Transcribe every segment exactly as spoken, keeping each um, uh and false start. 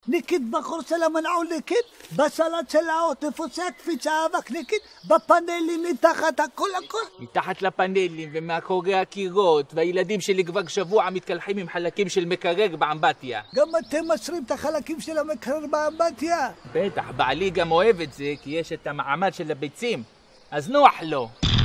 ניקית בחור של המנעול ניקית, בסלט של העוטף עושה קפיצה אבק ניקית, בפאנלים מתחת הכל הכל. מתחת לפאנלים ומאחורי הקירות, והילדים שלי כבר שבוע מתקלחים עם חלקים של מקרר באמבטיה. גם אתם משרים את החלקים של המקרר באמבטיה? בטח, בעלי גם אוהב את זה, כי יש את המעמד של הביצים, אז נוח לו.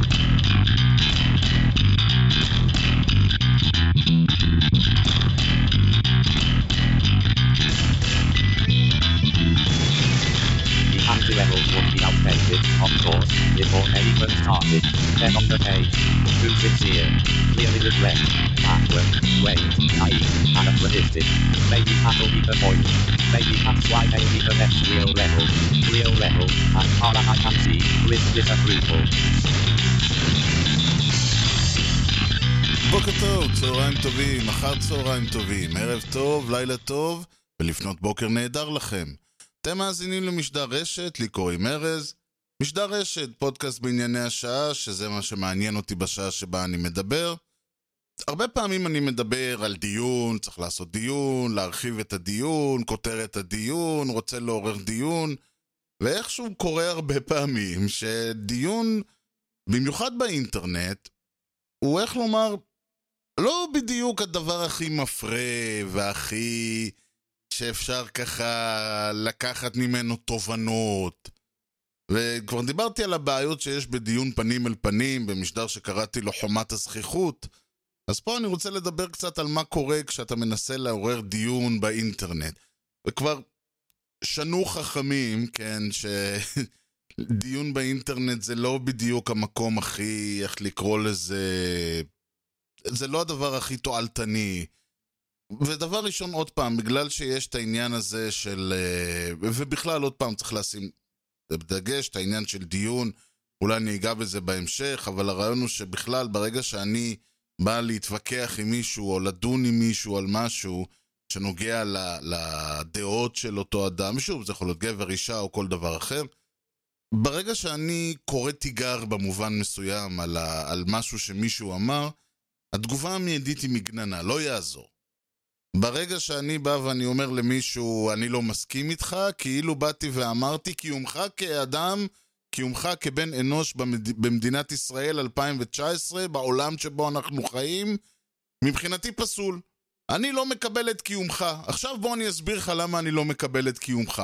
The levels would be outdated, of course, before anyone started. Then on the page, too sincere, clearly regret, backward, wait, naive, anachronistic. Maybe that'll be the point. Maybe that's why they need the next real level. Real level, as far as I can see, with disapproval. בוקר טוב, צהריים טובים, אחר צהריים טובים, ערב טוב, לילה טוב, ולפנות בוקר נהדר לכם. אתם מאזינים למשדר רשת, לי קוראים ארז. משדר רשת, פודקאסט בענייני השעה, שזה מה שמעניין אותי בשעה שבה אני מדבר. הרבה פעמים אני מדבר על דיון, צריך לעשות דיון, להרחיב את הדיון, כותרת הדיון, רוצה לעורר דיון, ואיכשהו קורה הרבה פעמים שדיון, במיוחד באינטרנט, הוא איך לומר, לא בדיוק הדבר הכי מפרה והכי שאפשר ככה לקחת ממנו תובנות. וכבר דיברתי על הבעיות שיש בדיון פנים אל פנים, במשדר שקראתי לו חומת הזכיחות. אז פה אני רוצה לדבר קצת על מה קורה כשאתה מנסה לעורר דיון באינטרנט. וכבר שנו חכמים, כן, שדיון באינטרנט זה לא בדיוק המקום הכי, איך לקרוא לזה, זה לא הדבר הכי תועלתני. ודבר ראשון עוד פעם, בגלל שיש את העניין הזה של, ובכלל עוד פעם צריך לשים בדגש את העניין של דיון, אולי אני אגע בזה בהמשך, אבל הרעיון הוא שבכלל ברגע שאני בא להתווכח עם מישהו או לדון עם מישהו על משהו שנוגע לדעות של אותו אדם, שוב זה יכול להיות גבר, אישה או כל דבר אחר, ברגע שאני קורא תיגר במובן מסוים על, ה, על משהו שמישהו אמר, התגובה המיידית היא מגננה, לא יעזור. ברגע שאני בא ואני אומר למישהו, אני לא מסכים איתך, כאילו באתי ואמרתי, קיומך כאדם, קיומך כבן אנוש במד... במדינת ישראל אלפיים תשע עשרה, בעולם שבו אנחנו חיים, מבחינתי פסול. אני לא מקבל את קיומך. עכשיו בוא אני אסביר לך למה אני לא מקבל את קיומך.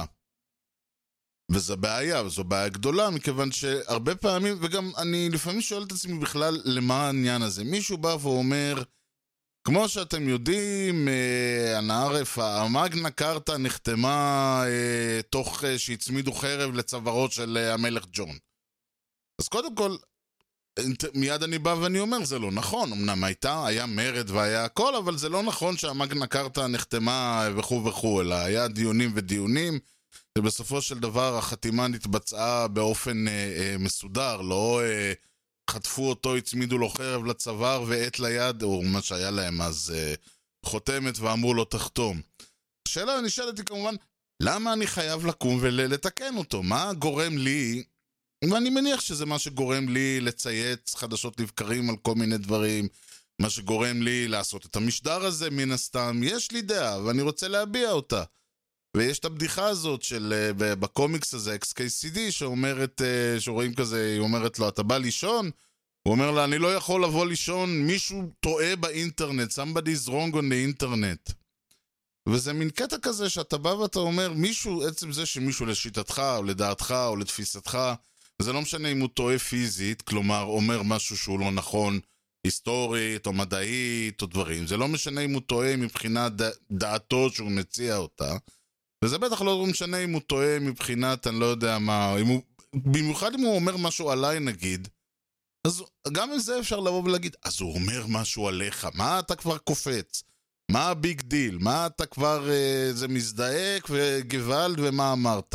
וזו בעיה, וזו בעיה גדולה, מכיוון שהרבה פעמים, וגם אני לפעמים שואל את עצמי בכלל למה העניין הזה. מישהו בא ואומר, כמו שאתם יודעים, הנערף, המגנה קרטה נחתמה תוך שהצמידו חרב לצווארו של המלך ג'ון. אז קודם כל, מיד אני בא ואני אומר, זה לא נכון, אמנם הייתה, היה מרד והיה הכל, אבל זה לא נכון שהמגנה קרטה נחתמה וכו' וכו', אלא היה דיונים ודיונים, שבסופו של דבר החתימה נתבצעה באופן מסודר, לא חטפו אותו, הצמידו לו חרב לצוואר ועת ליד, או מה שהיה להם אז חותמת ואמרו לו תחתום. השאלה הנשאלת היא כמובן, למה אני חייב לקום ולתקן אותו? מה גורם לי, ואני מניח שזה מה שגורם לי לצייץ חדשות לבקרים על כל מיני דברים, מה שגורם לי לעשות את המשדר הזה מן הסתם, יש לי דעה ואני רוצה להביע אותה. ויש את הבדיחה הזאת של, בקומיקס הזה, אקס קיי סי די, שאומרת, שרואים כזה, היא אומרת לו, אתה בא לישון? הוא אומר לה, אני לא יכול לבוא לישון, מישהו טועה באינטרנט, somebody is wrong on the internet. וזה מין קטע כזה שאתה בא ואתה אומר, מישהו, עצם זה שמישהו לשיטתך, או לדעתך, או לתפיסתך, זה לא משנה אם הוא טועה פיזית, כלומר, אומר משהו שהוא לא נכון, היסטורית, או מדעית, או דברים. זה לא משנה אם הוא טועה מבחינת דעתו שהוא מציע אותה, וזה בטח לא משנה אם הוא טועה מבחינת, אני לא יודע מה, אם הוא, במיוחד אם הוא אומר משהו עליי נגיד, אז גם עם זה אפשר לבוא ולהגיד, אז הוא אומר משהו עליך, מה אתה כבר קופץ? מה הביג דיל? מה אתה כבר, אה, זה מזדעק וגוואלד ומה אמרת?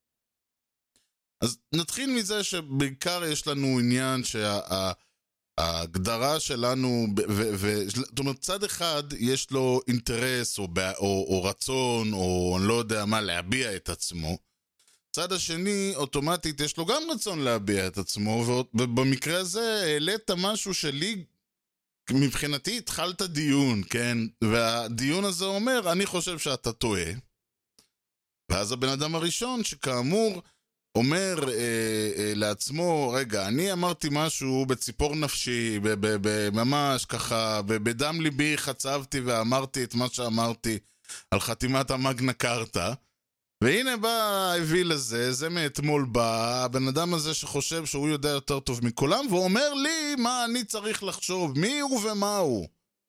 אז נתחיל מזה שבעיקר יש לנו עניין שההגדרה שלנו, זאת אומרת, צד אחד יש לו אינטרס או, או, או רצון או אני לא יודע מה להביע את עצמו, צד השני אוטומטית יש לו גם רצון להביע את עצמו, ובמקרה הזה העלית משהו שלי מבחינתי התחלת דיון, כן? והדיון הזה אומר, אני חושב שאתה טועה, ואז הבן אדם הראשון שכאמור אומר אה, אה, לעצמו, רגע, אני אמרתי משהו בציפור נפשי, ב- ב- ב- ממש ככה, ב- בדם ליבי חצבתי ואמרתי את מה שאמרתי על חתימת המגנה קרטה, והנה בא האוויל הזה, זה מאתמול בא, הבן אדם הזה שחושב שהוא יודע יותר טוב מכולם, ואומר לי מה אני צריך לחשוב, מי הוא ומה הוא.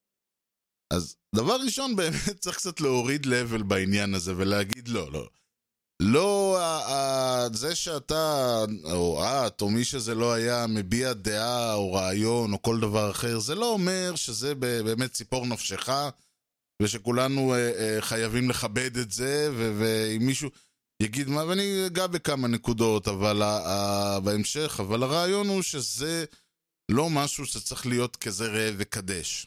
אז דבר ראשון באמת צריך קצת להוריד לבל בעניין הזה, ולהגיד לא, לא. לא, זה שאתה, או את, או מי שזה לא היה, מביע דעה, או רעיון, או כל דבר אחר, זה לא אומר שזה באמת ציפור נפשך, ושכולנו חייבים לכבד את זה, ואם מישהו יגיד מה, ואני אגע בכמה נקודות, אבל בהמשך, אבל הרעיון הוא שזה לא משהו שצריך להיות כזה ראה וקדש.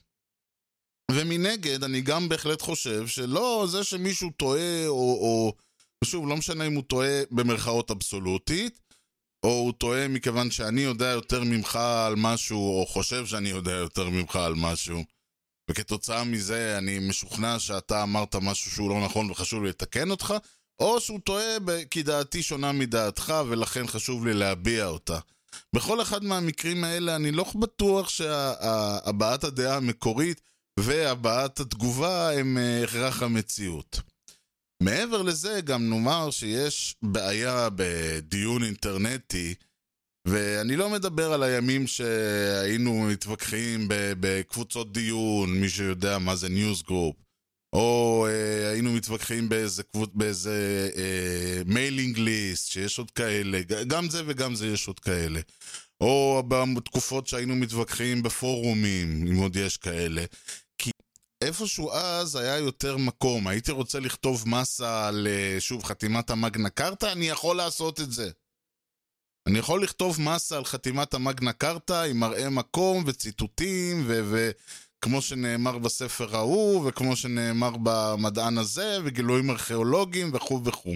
ומנגד, אני גם בהחלט חושב שלא, זה שמישהו טועה, או, או שוב, לא משנה אם הוא טועה במרכאות אבסולוטית, או הוא טועה מכיוון שאני יודע יותר ממך על משהו, או חושב שאני יודע יותר ממך על משהו, וכתוצאה מזה אני משוכנע שאתה אמרת משהו שהוא לא נכון וחשוב לי לתקן אותך, או שהוא טועה כי דעתי שונה מדעתך ולכן חשוב לי להביע אותה. בכל אחד מהמקרים האלה אני לא בטוח שהבעת הדעה המקורית והבעת התגובה הם הכרח המציאות. מעבר לזה גם נאמר שיש בעיה בדיון אינטרנטי, ואני לא מדבר על הימים שהיינו מתווכחים בקבוצות דיון, מי שיודע מה זה ניוז גרופ, או אה, היינו מתווכחים באיזה, באיזה אה, מיילינג ליסט, שיש עוד כאלה, גם זה וגם זה יש עוד כאלה, או בתקופות שהיינו מתווכחים בפורומים, אם עוד יש כאלה, כי איפשהו אז היה יותר מקום, הייתי רוצה לכתוב מסה על, שוב, חתימת המגנה קרטה, אני יכול לעשות את זה. אני יכול לכתוב מסה על חתימת המגנה קרטה עם מראה מקום וציטוטים וכמו שנאמר בספר ההוא וכמו שנאמר במדען הזה וגילויים ארכיאולוגיים וכו' וכו'.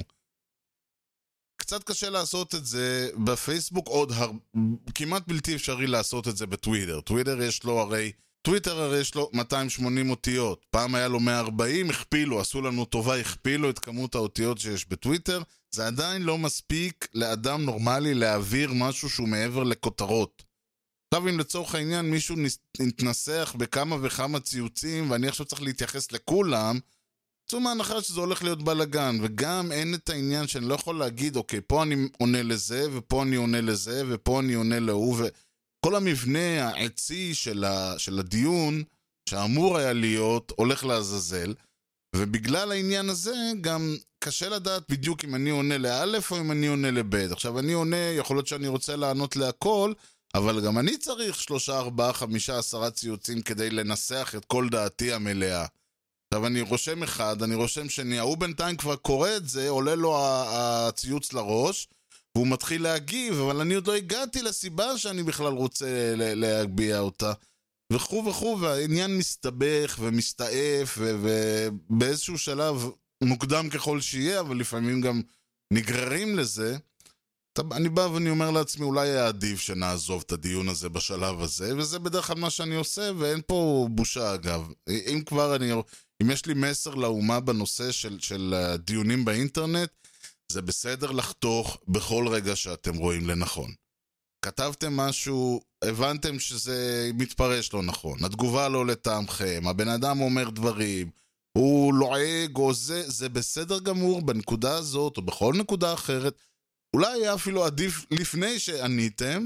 קצת קשה לעשות את זה בפייסבוק, עוד הר... כמעט בלתי אפשרי לעשות את זה בטוויטר. טוויטר יש לו הרי, טוויטר הרי יש לו מאתיים ושמונים אותיות. פעם היה לו מאה וארבעים, הכפילו, עשו לנו טובה, הכפילו את כמות האותיות שיש בטוויטר. זה עדיין לא מספיק לאדם נורמלי להעביר משהו שהוא מעבר לכותרות. עכשיו אם לצורך העניין מישהו נתנסח בכמה וכמה ציוצים ואני עכשיו צריך להתייחס לכולם, צאו מההנחה שזה הולך להיות בלגן, וגם אין את העניין שאני לא יכול להגיד, אוקיי, פה אני עונה לזה, ופה אני עונה לזה, ופה אני עונה להוא, וכל המבנה העצי של, ה... של הדיון שאמור היה להיות הולך לעזאזל, ובגלל העניין הזה גם קשה לדעת בדיוק אם אני עונה לאלף או אם אני עונה לבית. עכשיו אני עונה, יכול להיות שאני רוצה לענות להכל, אבל גם אני צריך שלושה, ארבעה, חמישה, עשרה ציוצים כדי לנסח את כל דעתי המלאה. עכשיו אני רושם אחד, אני רושם שני, הוא בינתיים כבר קורא את זה, עולה לו הציוץ לראש, והוא מתחיל להגיב, אבל אני עוד לא הגעתי לסיבה שאני בכלל רוצה להגביע אותה. וכו' וכו', והעניין מסתבך ומסתעף, ובאיזשהו שלב מוקדם ככל שיהיה, אבל לפעמים גם נגררים לזה. אני בא ואני אומר לעצמי, אולי היה עדיף שנעזוב את הדיון הזה בשלב הזה, וזה בדרך כלל מה שאני עושה, ואין פה בושה אגב. אם כבר אני, אם יש לי מסר לאומה בנושא של, של דיונים באינטרנט, זה בסדר לחתוך בכל רגע שאתם רואים לנכון. כתבתם משהו, הבנתם שזה מתפרש לא נכון, התגובה לא לטעמכם, הבן אדם אומר דברים, הוא לועג או זה, זה בסדר גמור בנקודה הזאת או בכל נקודה אחרת. אולי היה אפילו עדיף לפני שעניתם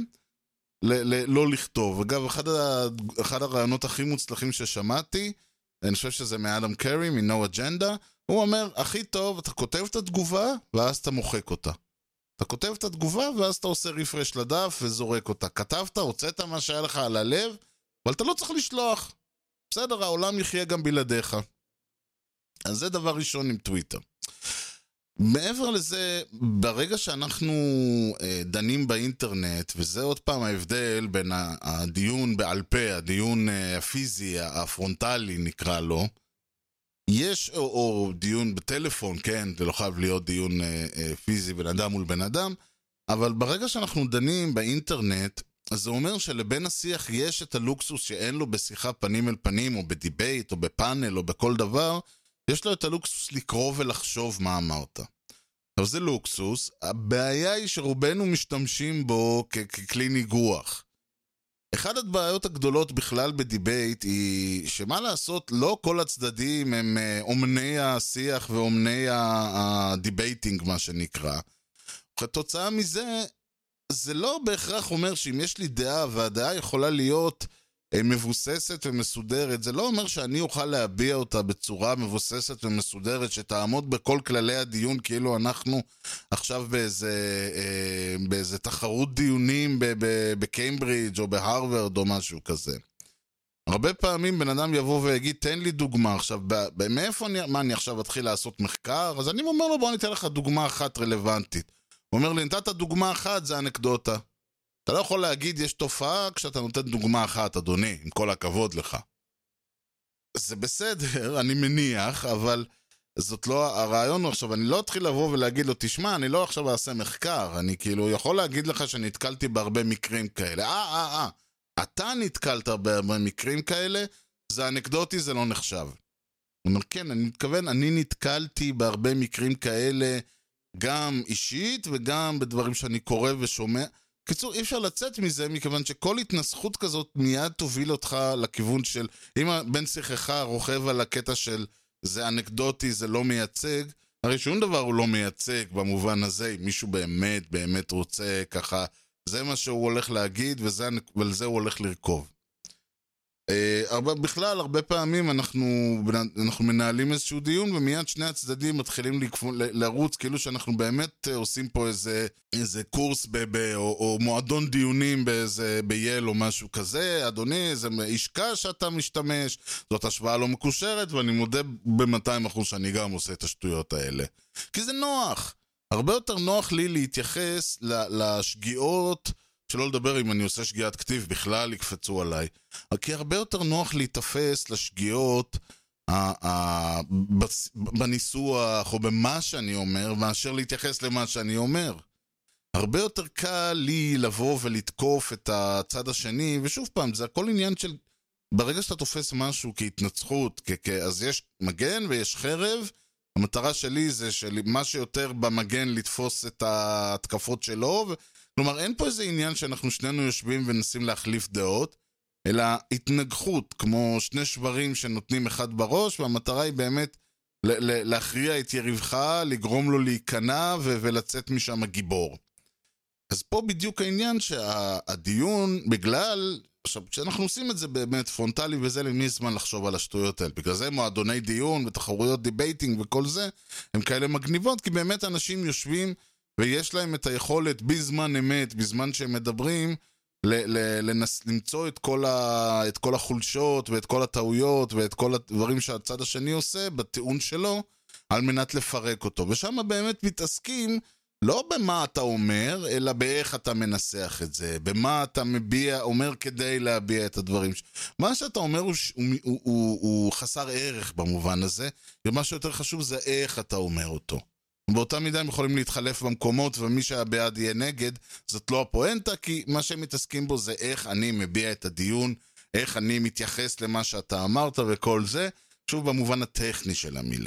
ל- ל- לא לכתוב. אגב, אחד, ה- אחד הרעיונות הכי מוצלחים ששמעתי, אני חושב שזה מאדם קרי, מ-No Agenda, הוא אומר, הכי טוב, אתה כותב את התגובה ואז אתה מוחק אותה. אתה כותב את התגובה ואז אתה עושה רפרש לדף וזורק אותה. כתבת, הוצאת מה שהיה לך על הלב, אבל אתה לא צריך לשלוח. בסדר, העולם יחיה גם בלעדיך. אז זה דבר ראשון עם טוויטר. מעבר לזה, ברגע שאנחנו אה, דנים באינטרנט, וזה עוד פעם ההבדל בין הדיון בעל פה, הדיון אה, הפיזי, הפרונטלי נקרא לו, יש, או, או דיון בטלפון, כן, זה לא חייב להיות דיון אה, אה, פיזי בין אדם מול בן אדם, אבל ברגע שאנחנו דנים באינטרנט, אז זה אומר שלבין השיח יש את הלוקסוס שאין לו בשיחה פנים אל פנים, או בדיבייט, או בפאנל, או בכל דבר, יש לו את הלוקסוס לקרוא ולחשוב מה אמרת. אבל זה לוקסוס, הבעיה היא שרובנו משתמשים בו כ- ככלי ניגוח. אחד הבעיות הגדולות בכלל בדיבייט היא שמה לעשות, לא כל הצדדים הם אה, אומני השיח ואומני הדיבייטינג מה שנקרא. כתוצאה מזה, זה לא בהכרח אומר שאם יש לי דעה והדעה יכולה להיות אה, מבוססת ומסודרת, זה לא אומר שאני אוכל להביע אותה בצורה מבוססת ומסודרת שתעמוד בכל כללי הדיון כאילו אנחנו עכשיו באיזה, אה, באיזה תחרות דיונים בקיימברידג' או בהרווארד או משהו כזה. הרבה פעמים בן אדם יבוא ויגיד תן לי דוגמה, עכשיו מאיפה אני, מה אני עכשיו אתחיל לעשות מחקר? אז אני אומר לו בוא ניתן לך דוגמה אחת רלוונטית. הוא אומר לי נתת דוגמה אחת זה אנקדוטה. אתה לא יכול להגיד יש תופעה כשאתה נותן דוגמה אחת אדוני, עם כל הכבוד לך. זה בסדר, אני מניח, אבל זאת לא הרעיון. עכשיו אני לא אתחיל לבוא ולהגיד לו תשמע אני לא עכשיו אעשה מחקר, אני כאילו יכול להגיד לך שנתקלתי בהרבה מקרים כאלה. אה אה אה אתה נתקלת בהרבה מקרים כאלה, זה אנקדוטי, זה לא נחשב. הוא אומר כן, אני מתכוון, אני נתקלתי בהרבה מקרים כאלה גם אישית וגם בדברים שאני קורא ושומע. קיצור, אי אפשר לצאת מזה, מכיוון שכל התנסחות כזאת מיד תוביל אותך לכיוון של, אם בן שיחך רוכב על הקטע של זה אנקדוטי, זה לא מייצג, הרי שום דבר הוא לא מייצג במובן הזה, אם מישהו באמת באמת רוצה ככה, זה מה שהוא הולך להגיד וזה, ועל זה הוא הולך לרכוב. הרבה, בכלל, הרבה פעמים אנחנו, אנחנו מנהלים איזשהו דיון ומיד שני הצדדים מתחילים לקפון, לרוץ כאילו שאנחנו באמת עושים פה איזה, איזה קורס ב, ב, או, או מועדון דיונים באיזה, בייל או משהו כזה. אדוני, זה ישקע שאתה משתמש, זאת השוואה לא מקושרת ואני מודה ב-מאתיים אחוז שאני גם עושה את השטויות האלה. כי זה נוח. הרבה יותר נוח לי להתייחס לשגיאות, שלא לדבר אם אני עושה שגיאת כתיב, בכלל יקפצו עליי. כי הרבה יותר נוח להתאפס לשגיאות בניסוח או במה שאני אומר, מאשר להתייחס למה שאני אומר. הרבה יותר קל לי לבוא ולתקוף את הצד השני, ושוב פעם, זה הכל עניין של, ברגע שאתה תופס משהו כהתנצחות, כ- אז יש מגן ויש חרב, המטרה שלי זה שמה שיותר במגן לתפוס את ההתקפות שלו, ו... כלומר, אין פה איזה עניין שאנחנו שנינו יושבים ונסים להחליף דעות, אלא התנגחות, כמו שני שברים שנותנים אחד בראש, והמטרה היא באמת ל- ל- להכריע את יריבך, לגרום לו להיכנע ו- ולצאת משם הגיבור. אז פה בדיוק העניין שהדיון, בגלל, עכשיו, כשאנחנו עושים את זה באמת פרונטלי וזה, למי זמן לחשוב על השטויות האלה. בגלל זה מועדוני דיון ותחרויות דיבייטינג וכל זה, הם כאלה מגניבות, כי באמת אנשים יושבים ויש להם את היכולת בזמן אמת, בזמן שהם מדברים, ל- ל- לנס- למצוא את כל, ה- את כל החולשות ואת כל הטעויות ואת כל הדברים שהצד השני עושה בטיעון שלו, על מנת לפרק אותו. ושם באמת מתעסקים לא במה אתה אומר, אלא באיך אתה מנסח את זה, במה אתה מביע, אומר כדי להביע את הדברים. מה שאתה אומר הוא, הוא, הוא, הוא, הוא חסר ערך במובן הזה, ומה שיותר חשוב זה איך אתה אומר אותו. באותה מידה הם יכולים להתחלף במקומות, ומי שהבעד יהיה נגד, זאת לא הפואנטה, כי מה שהם מתעסקים בו זה איך אני מביע את הדיון, איך אני מתייחס למה שאתה אמרת וכל זה, שוב במובן הטכני של המילה.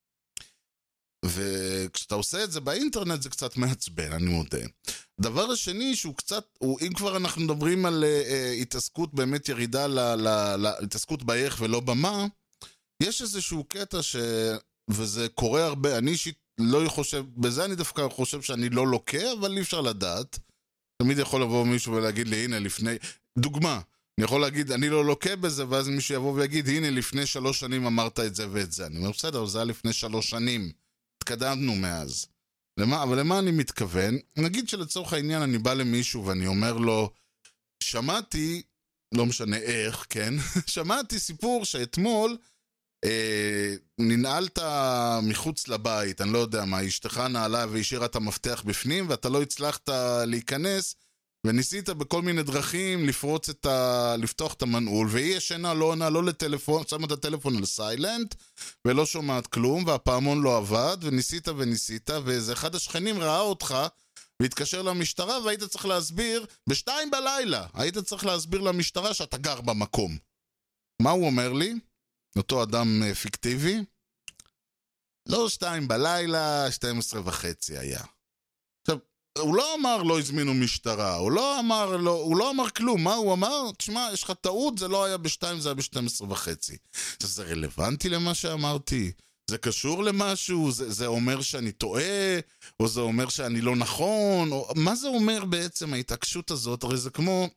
וכשאתה עושה את זה באינטרנט זה קצת מעצבן, אני מודה. דבר השני שהוא קצת, הוא, אם כבר אנחנו מדברים על uh, התעסקות באמת ירידה ל, ל, ל, התעסקות באיך ולא במה, יש איזשהו קטע ש... וזה קורה הרבה, אני אישית לא חושב, בזה אני דווקא חושב שאני לא לוקה, אבל אי אפשר לדעת. תמיד יכול לבוא מישהו ולהגיד לי, הנה לפני, דוגמה, אני יכול להגיד, אני לא לוקה בזה, ואז מישהו יבוא ויגיד, הנה לפני שלוש שנים אמרת את זה ואת זה. אני אומר, בסדר, זה היה לפני שלוש שנים. התקדמנו מאז. למה, אבל למה אני מתכוון? נגיד שלצורך העניין אני בא למישהו ואני אומר לו, שמעתי, לא משנה איך, כן? שמעתי סיפור שאתמול אה, ננעלת מחוץ לבית, אני לא יודע מה, אשתך נעלה והשאירה את המפתח בפנים ואתה לא הצלחת להיכנס, וניסית בכל מיני דרכים לפרוץ את ה... לפתוח את המנעול, והיא ישנה לא עונה לא לטלפון, שמה את הטלפון על סיילנט, ולא שומעת כלום, והפעמון לא עבד, וניסית וניסית, ואיזה אחד השכנים ראה אותך, והתקשר למשטרה, והיית צריך להסביר, בשתיים בלילה, היית צריך להסביר למשטרה שאתה גר במקום. מה הוא אומר לי? אותו אדם פיקטיבי? לא שתיים בלילה, שתים עשרה וחצי היה. עכשיו, הוא לא אמר לא הזמינו משטרה, הוא לא אמר, לא, הוא לא אמר כלום, מה הוא אמר? תשמע, יש לך טעות, זה לא היה בשתיים, זה היה בשתים עשרה וחצי. זה רלוונטי למה שאמרתי? זה קשור למשהו? זה, זה אומר שאני טועה? או זה אומר שאני לא נכון? או, מה זה אומר בעצם ההתעקשות הזאת? הרי זה כמו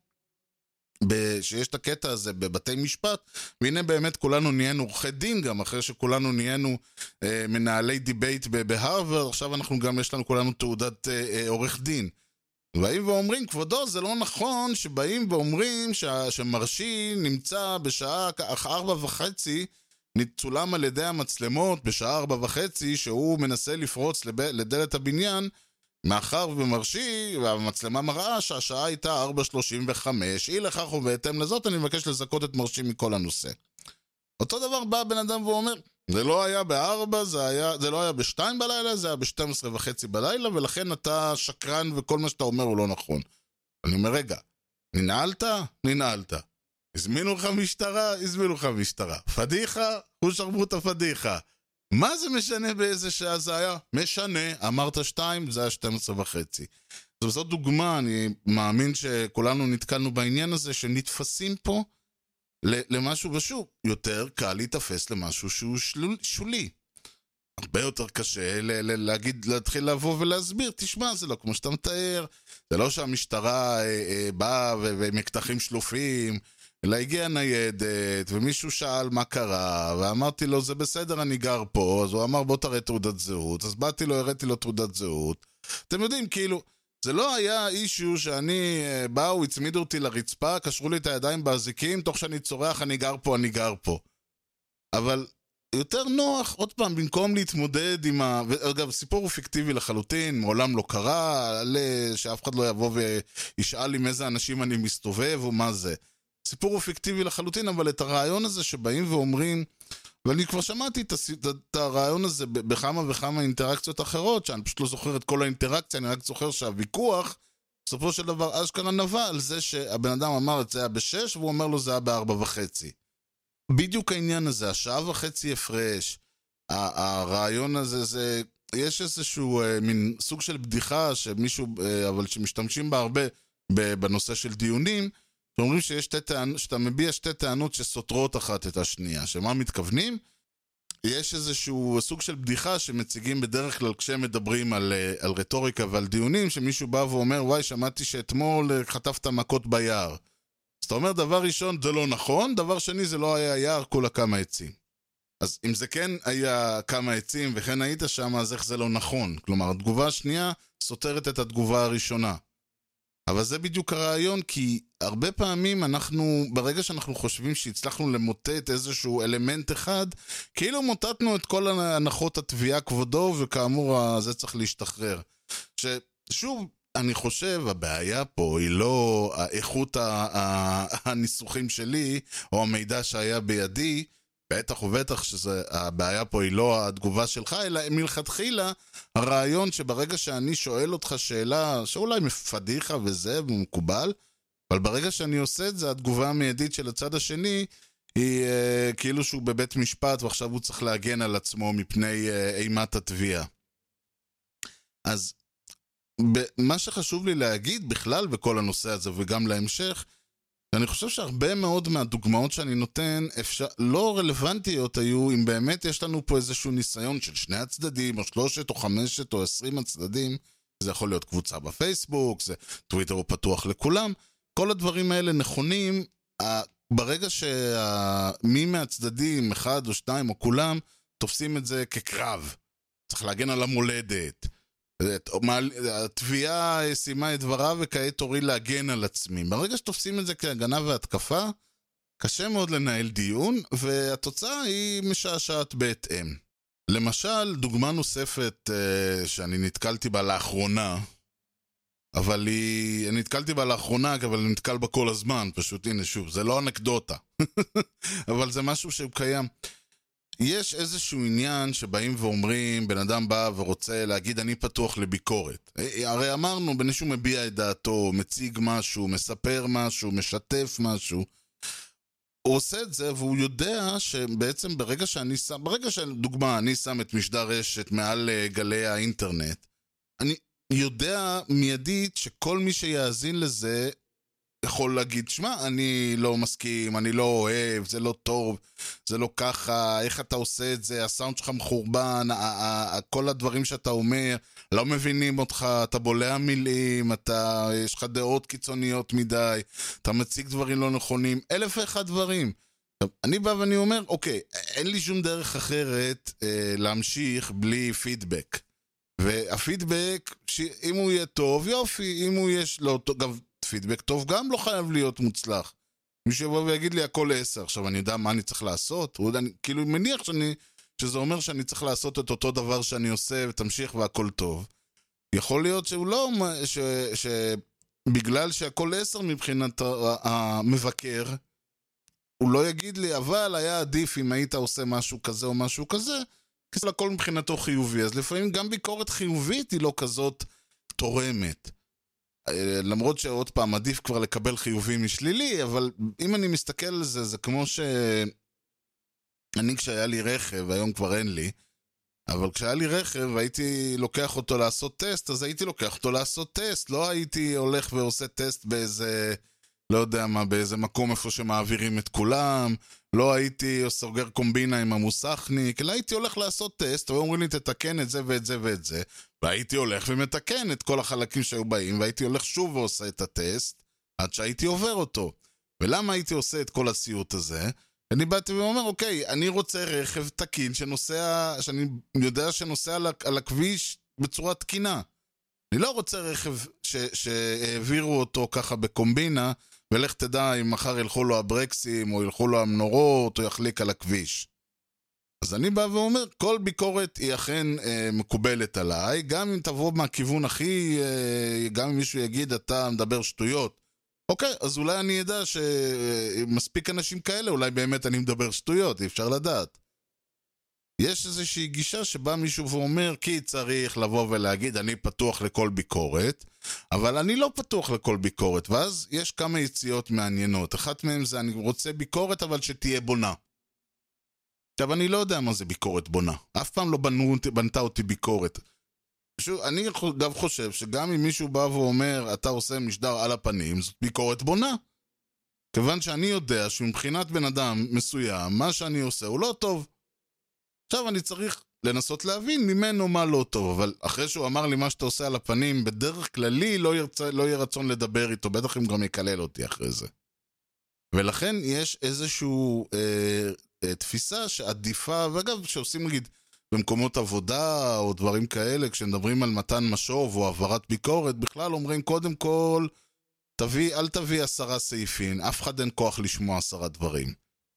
שיש את הקטע הזה בבתי משפט, והנה באמת כולנו נהיינו עורכי דין גם, אחרי שכולנו נהיינו אה, מנהלי דיבייט בהרווארד, עכשיו אנחנו גם יש לנו כולנו תעודת אה, אה, עורך דין. באים ואומרים, כבודו, זה לא נכון שבאים ואומרים שה, שמרשי נמצא בשעה ארבע וחצי, נצולם על ידי המצלמות בשעה ארבע וחצי, שהוא מנסה לפרוץ לב, לדלת הבניין, מאחר ומרשי, והמצלמה מראה שהשעה הייתה ארבע שלושים וחמש, אי לכך ובהתאם לזאת אני מבקש לזכות את מרשי מכל הנושא. אותו דבר בא בן אדם ואומר, זה לא היה בארבע, זה, היה, זה לא היה בשתיים בלילה, זה היה בשתים עשרה וחצי בלילה, ולכן אתה שקרן וכל מה שאתה אומר הוא לא נכון. אני אומר, רגע, ננעלת? ננעלת. הזמינו לך משטרה? הזמינו לך משטרה. פדיחה? הוא שרמו את הפדיחה. מה זה משנה באיזה שעה זה היה? משנה, אמרת שתיים, זה היה שתים עשרה וחצי. זאת דוגמה, אני מאמין שכולנו נתקלנו בעניין הזה, שנתפסים פה למשהו ושוב, יותר קל להתאפס למשהו שהוא שולי. הרבה יותר קשה להגיד, להתחיל לבוא ולהסביר, תשמע, זה לא כמו שאתה מתאר, זה לא שהמשטרה באה ומקטחים שלופים, אלא הגיעה ניידת, ומישהו שאל מה קרה, ואמרתי לו, זה בסדר, אני גר פה, אז הוא אמר, בוא תראה תעודת זהות, אז באתי לו, הראיתי לו תעודת זהות. אתם יודעים, כאילו, זה לא היה אישו שאני, באו, הצמידו אותי לרצפה, קשרו לי את הידיים באזיקים, תוך שאני צורח, אני גר פה, אני גר פה. אבל יותר נוח, עוד פעם, במקום להתמודד עם ה... ואגב, סיפור הוא פיקטיבי לחלוטין, מעולם לא קרה, שאף אחד לא יבוא וישאל עם איזה אנשים אני מסתובב, או מה זה. סיפור הוא פיקטיבי לחלוטין, אבל את הרעיון הזה שבאים ואומרים, ואני כבר שמעתי את, הס... את הרעיון הזה בכמה וכמה אינטראקציות אחרות, שאני פשוט לא זוכר את כל האינטראקציה, אני רק זוכר שהוויכוח, בסופו של דבר אשכרה נבע על זה שהבן אדם אמר את זה היה בשש, והוא אומר לו זה היה בארבע וחצי. בדיוק העניין הזה, השעה וחצי הפרש, הרעיון הזה, זה, יש איזשהו אה, מין סוג של בדיחה, שמישהו, אה, אבל שמשתמשים בה הרבה בנושא של דיונים, שאומרים שיש שתי טענות, שאתה מביע שתי טענות שסותרות אחת את השנייה. שמה מתכוונים? יש איזשהו סוג של בדיחה שמציגים בדרך כלל כשהם מדברים על, על רטוריקה ועל דיונים, שמישהו בא ואומר, וואי, שמעתי שאתמול חטפת מכות ביער. אז אתה אומר, דבר ראשון, זה לא נכון, דבר שני, זה לא היה יער, כולה כמה עצים. אז אם זה כן היה כמה עצים וכן היית שם, אז איך זה לא נכון? כלומר, התגובה השנייה סותרת את התגובה הראשונה. אבל זה בדיוק הרעיון, כי הרבה פעמים אנחנו, ברגע שאנחנו חושבים שהצלחנו למוטט איזשהו אלמנט אחד, כאילו מוטטנו את כל הנחות התביעה כבודו, וכאמור זה צריך להשתחרר. ששוב, אני חושב, הבעיה פה היא לא האיכות הניסוחים שלי, או המידע שהיה בידי, בטח ובטח שהבעיה פה היא לא התגובה שלך, אלא מלכתחילה הרעיון שברגע שאני שואל אותך שאלה שאולי מפדיחה וזה ומקובל, אבל ברגע שאני עושה את זה, התגובה המיידית של הצד השני היא אה, כאילו שהוא בבית משפט ועכשיו הוא צריך להגן על עצמו מפני אה, אימת התביעה. אז מה שחשוב לי להגיד בכלל בכל הנושא הזה וגם להמשך, אני חושב שהרבה מאוד מהדוגמאות שאני נותן אפשר, לא רלוונטיות היו אם באמת יש לנו פה איזשהו ניסיון של שני הצדדים או שלושת או חמשת או עשרים הצדדים, זה יכול להיות קבוצה בפייסבוק, זה טוויטר הוא פתוח לכולם, כל הדברים האלה נכונים ברגע שמי מהצדדים, אחד או שתיים או כולם, תופסים את זה כקרב, צריך להגן על המולדת, התביעה סיימה את דברה וכעת תורי להגן על עצמי. ברגע שתופסים את זה כהגנה והתקפה, קשה מאוד לנהל דיון, והתוצאה היא משעשעת בהתאם. למשל, דוגמה נוספת שאני נתקלתי בה לאחרונה, אבל היא... אני נתקלתי בה לאחרונה, אבל אני נתקל בה כל הזמן, פשוט הנה שוב, זה לא אנקדוטה, אבל זה משהו שהוא קיים. יש איזשהו עניין שבאים ואומרים, בן אדם בא ורוצה להגיד אני פתוח לביקורת. הרי אמרנו, בנישהו מביע את דעתו, מציג משהו, מספר משהו, משתף משהו. הוא עושה את זה, והוא יודע שבעצם ברגע שאני שם, ברגע שדוגמה, אני שם את משדר רשת מעל uh, גלי האינטרנט, אני יודע מיידית שכל מי שיאזין לזה יכול להגיד, שמע, אני לא מסכים, אני לא אוהב, זה לא טוב, זה לא ככה, איך אתה עושה את זה, הסאונד שלך מחורבן, כל הדברים שאתה אומר, לא מבינים אותך, אתה בולע מילים, אתה, יש לך דעות קיצוניות מדי, אתה מציג דברים לא נכונים, אלף ואחד דברים. אני בא ואני אומר, אוקיי, אין לי שום דרך אחרת אה, להמשיך בלי פידבק. והפידבק, אם הוא יהיה טוב, יופי, אם הוא יש לא טוב, גם פידבק טוב גם לא חייב להיות מוצלח. מישהו יבוא ויגיד לי הכל עשר, עכשיו אני יודע מה אני צריך לעשות, הוא יודע, כאילו מניח שאני, שזה אומר שאני צריך לעשות את אותו דבר שאני עושה ותמשיך והכל טוב. יכול להיות שהוא לא, ש, שבגלל שהכל עשר מבחינת המבקר, הוא לא יגיד לי, אבל היה עדיף אם היית עושה משהו כזה או משהו כזה, כי זה הכל מבחינתו חיובי, אז לפעמים גם ביקורת חיובית היא לא כזאת תורמת. למרות שעוד פעם עדיף כבר לקבל חיובי משלילי, אבל אם אני מסתכל על זה, זה כמו שאני כשהיה לי רכב, היום כבר אין לי, אבל כשהיה לי רכב והייתי לוקח אותו לעשות טסט, אז הייתי לוקח אותו לעשות טסט, לא הייתי הולך ועושה טסט באיזה, לא יודע מה, באיזה מקום איפה שמעבירים את כולם, לא הייתי סוגר קומבינה עם המוסכניק, אלא הייתי הולך לעשות טסט, ואומרים לי תתקן את זה ואת זה ואת זה, והייתי הולך ומתקן את כל החלקים שהיו באים, והייתי הולך שוב ועושה את הטסט, עד שהייתי עובר אותו. ולמה הייתי עושה את כל הסיוט הזה? אני באתי ואומר, אוקיי, אני רוצה רכב תקין שנוסע, שאני יודע שנוסע על הכביש בצורה תקינה. אני לא רוצה רכב ש, שהעבירו אותו ככה בקומבינה, ולך תדע אם מחר ילכו לו הברקסים, או ילכו לו המנורות, או יחליק על הכביש. אז אני בא ואומר, כל ביקורת היא אכן אה, מקובלת עליי, גם אם תבוא מהכיוון הכי, אה, גם אם מישהו יגיד, אתה מדבר שטויות. אוקיי, אז אולי אני אדע שמספיק אנשים כאלה, אולי באמת אני מדבר שטויות, אי אפשר לדעת. יש איזושהי גישה שבה מישהו ואומר, כי צריך לבוא ולהגיד, אני פתוח לכל ביקורת, אבל אני לא פתוח לכל ביקורת, ואז יש כמה יציאות מעניינות. אחת מהן זה, אני רוצה ביקורת, אבל שתהיה בונה. עכשיו, אני לא יודע מה זה ביקורת בונה. אף פעם לא בנו, בנתה אותי ביקורת. שוב, אני גם חושב שגם אם מישהו בא ואומר, אתה עושה משדר על הפנים, זאת ביקורת בונה. כיוון שאני יודע שמבחינת בן אדם מסוים, מה שאני עושה הוא לא טוב. עכשיו אני צריך לנסות להבין ממנו מה לא טוב, אבל אחרי שהוא אמר לי מה שאתה עושה על הפנים, בדרך כללי לא, ירצה, לא יהיה רצון לדבר איתו, בטח אם גם יקלל אותי אחרי זה. ולכן יש איזשהו אה, אה, תפיסה שעדיפה, ואגב שעושים נגיד במקומות עבודה או דברים כאלה, כשמדברים על מתן משוב או העברת ביקורת, בכלל אומרים קודם כל, תביא, אל תביא עשרה סעיפים, אף אחד אין כוח לשמוע עשרה דברים.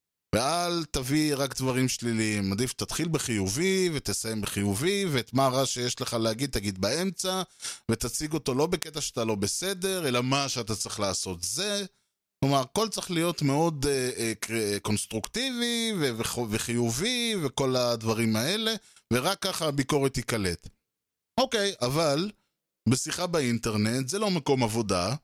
ואל תביא רק דברים שליליים, עדיף תתחיל בחיובי ותסיים בחיובי, ואת מה הרע שיש לך להגיד תגיד באמצע, ותציג אותו לא בקטע שאתה לא בסדר, אלא מה שאתה צריך לעשות זה. כלומר, הכל צריך להיות מאוד אה, אה, קונסטרוקטיבי ו- ו- וחיובי וכל הדברים האלה, ורק ככה הביקורת תיקלט. אוקיי, אבל בשיחה באינטרנט זה לא מקום עבודה,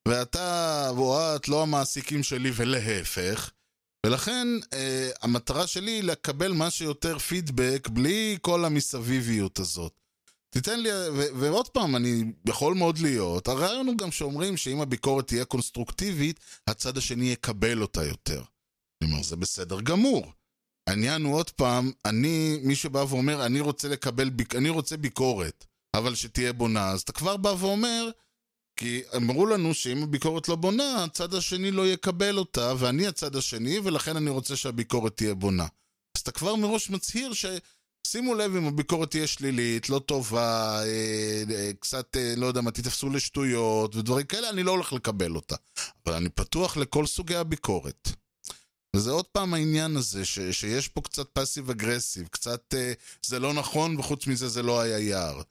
ואתה או את לא המעסיקים שלי ולהפך, ולכן אה, המטרה שלי היא לקבל מה שיותר פידבק בלי כל המסביביות הזאת. תיתן לי, ו- ועוד פעם, אני יכול מאוד להיות, הרעיון הוא גם שאומרים שאם הביקורת תהיה קונסטרוקטיבית, הצד השני יקבל אותה יותר. אני אומר, זה בסדר גמור. העניין הוא עוד פעם, אני, מי שבא ואומר, אני רוצה לקבל, אני רוצה ביקורת, אבל שתהיה בונה, אז אתה כבר בא ואומר, כי אמרו לנו שאם הביקורת לא בונה, הצד השני לא יקבל אותה, ואני הצד השני, ולכן אני רוצה שהביקורת תהיה בונה. אז אתה כבר מראש מצהיר ששימו לב אם הביקורת תהיה שלילית, לא טובה, קצת, לא יודע מה, תתפסו לשטויות ודברים כאלה, אני לא הולך לקבל אותה. אבל אני פתוח לכל סוגי הביקורת. וזה עוד פעם העניין הזה, ש- שיש פה קצת פאסיב אגרסיב, קצת זה לא נכון, וחוץ מזה זה לא היה יער.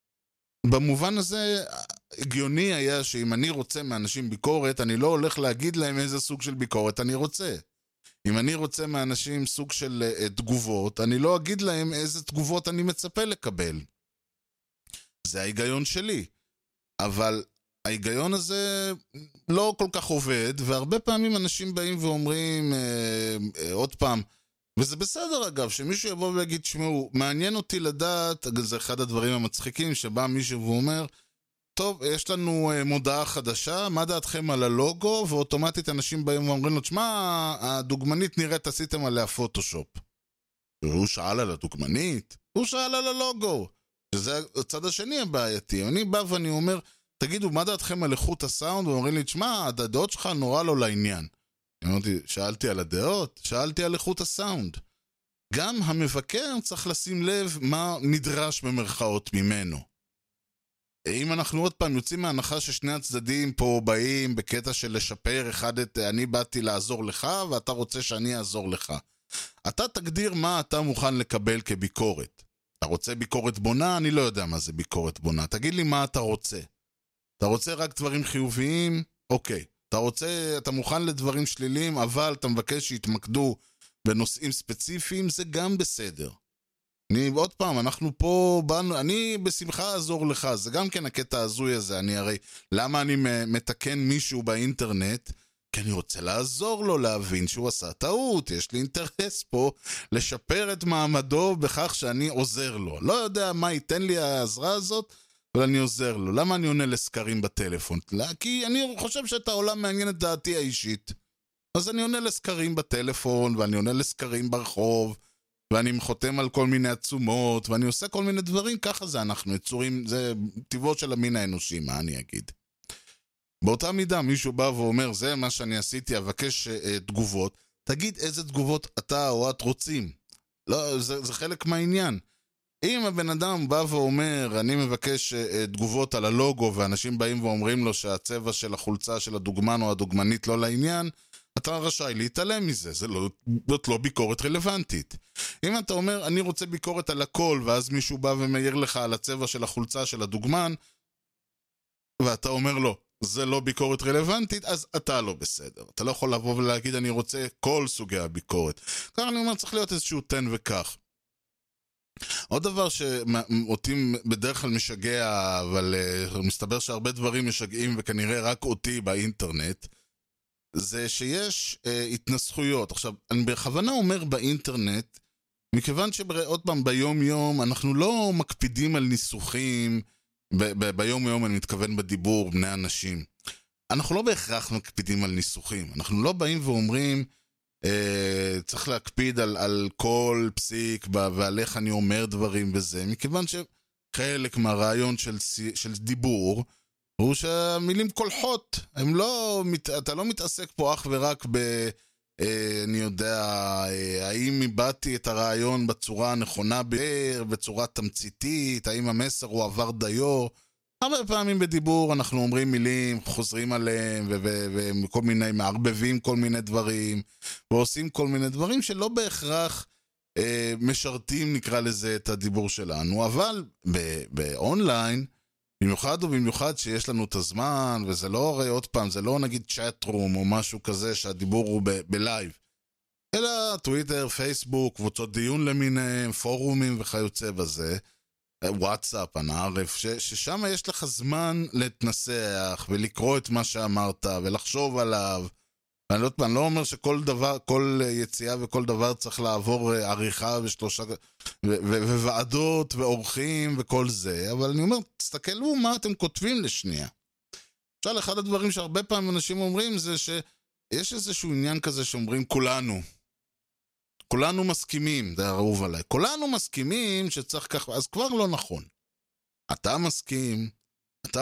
במובן הזה, הגיוני היה שאם אני רוצה מאנשים ביקורת, אני לא הולך להגיד להם איזה סוג של ביקורת אני רוצה. אם אני רוצה מאנשים סוג של uh, תגובות, אני לא אגיד להם איזה תגובות אני מצפה לקבל. זה ההיגיון שלי. אבל ההיגיון הזה לא כל כך עובד, והרבה פעמים אנשים באים ואומרים, אה, אה, עוד פעם, וזה בסדר אגב, שמישהו יבוא ויגיד, שמעו, מעניין אותי לדעת, זה אחד הדברים המצחיקים, שבא מישהו ואומר, טוב, יש לנו אה, מודעה חדשה, מה דעתכם על הלוגו, ואוטומטית אנשים באים ואומרים לו, שמה, הדוגמנית נראית, עשיתם עליה פוטושופ. והוא שאל על הדוגמנית, הוא שאל על הלוגו, שזה הצד השני הבעייתי. אני בא ואני אומר, תגידו, מה דעתכם על איכות הסאונד? ואומרים לי, תשמע, הדעות שלך נורא לא לעניין. אמרתי, שאלתי על הדעות, שאלתי על איכות הסאונד. גם המבקר צריך לשים לב מה נדרש במרכאות ממנו. אם אנחנו עוד פעם יוצאים מההנחה ששני הצדדים פה באים בקטע של לשפר אחד את, אני באתי לעזור לך ואתה רוצה שאני אעזור לך. אתה תגדיר מה אתה מוכן לקבל כביקורת. אתה רוצה ביקורת בונה? אני לא יודע מה זה ביקורת בונה. תגיד לי מה אתה רוצה. אתה רוצה רק דברים חיוביים? אוקיי. אתה רוצה, אתה מוכן לדברים שליליים, אבל אתה מבקש שיתמקדו בנושאים ספציפיים, זה גם בסדר. אני, עוד פעם, אנחנו פה, באנו, אני בשמחה אעזור לך, זה גם כן הקטע הזוי הזה, אני הרי, למה אני מתקן מישהו באינטרנט? כי אני רוצה לעזור לו להבין שהוא עשה טעות, יש לי אינטרס פה לשפר את מעמדו בכך שאני עוזר לו. לא יודע מה ייתן לי העזרה הזאת, אבל אני עוזר לו. למה אני עונה לסקרים בטלפון? לא, כי אני חושב שאת העולם מעניין את דעתי האישית. אז אני עונה לסקרים בטלפון, ואני עונה לסקרים ברחוב, ואני חותם על כל מיני עצומות, ואני עושה כל מיני דברים, ככה זה אנחנו יצורים, זה טבעו של המין האנושי, מה אני אגיד? באותה מידה מישהו בא ואומר, זה מה שאני עשיתי, אבקש uh, תגובות, תגיד איזה תגובות אתה או את רוצים. לא, זה, זה חלק מהעניין. אם הבן אדם בא ואומר, אני מבקש uh, תגובות על הלוגו, ואנשים באים ואומרים לו שהצבע של החולצה של הדוגמן או הדוגמנית לא לעניין, אתה רשאי להתעלם מזה, זה לא, זאת לא ביקורת רלוונטית. אם אתה אומר, אני רוצה ביקורת על הכל, ואז מישהו בא ומעיר לך על הצבע של החולצה של הדוגמן, ואתה אומר לו, זה לא ביקורת רלוונטית, אז אתה לא בסדר. אתה לא יכול לבוא ולהגיד, אני רוצה כל סוגי הביקורת. כך אני אומר, צריך להיות איזשהו תן וכך. עוד דבר שאותי בדרך כלל משגע, אבל uh, מסתבר שהרבה דברים משגעים, וכנראה רק אותי באינטרנט, זה שיש uh, התנסחויות. עכשיו, אני בכוונה אומר באינטרנט, מכיוון שעוד פעם ביום יום אנחנו לא מקפידים על ניסוחים, ב- ב- ביום יום אני מתכוון בדיבור בני אנשים. אנחנו לא בהכרח מקפידים על ניסוחים. אנחנו לא באים ואומרים, uh, צריך להקפיד על, על כל פסיק ועל איך אני אומר דברים וזה, מכיוון שחלק מהרעיון של, של דיבור, הוא שהמילים קולחות, הם לא, אתה לא מתעסק פה אך ורק ב, אה, אני יודע, אה, האם איבדתי את הרעיון בצורה הנכונה ביותר, בצורה תמציתית, האם המסר הוא עבר דיו. הרבה פעמים בדיבור אנחנו אומרים מילים, חוזרים עליהם, וכל מיני, מערבבים כל מיני דברים, ועושים כל מיני דברים שלא בהכרח אה, משרתים, נקרא לזה, את הדיבור שלנו, אבל באונליין, במיוחד ובמיוחד שיש לנו את הזמן, וזה לא הרי עוד פעם, זה לא נגיד צ'אט רום או משהו כזה שהדיבור הוא ב- בלייב, אלא טוויטר, פייסבוק, קבוצות דיון למיניהם, פורומים וכיוצא בזה, וואטסאפ, הנערף, ש- ששם יש לך זמן להתנסח ולקרוא את מה שאמרת ולחשוב עליו. ואני לא, אני לא אומר שכל דבר, כל יציאה וכל דבר צריך לעבור עריכה ושלושה, ו- ו- וועדות ואורחים וכל זה, אבל אני אומר, תסתכלו מה אתם כותבים לשנייה. עכשיו, אחד הדברים שהרבה פעמים אנשים אומרים זה שיש איזשהו עניין כזה שאומרים כולנו. כולנו מסכימים, זה אהוב עליי. כולנו מסכימים שצריך כך, אז כבר לא נכון. אתה מסכים, אתה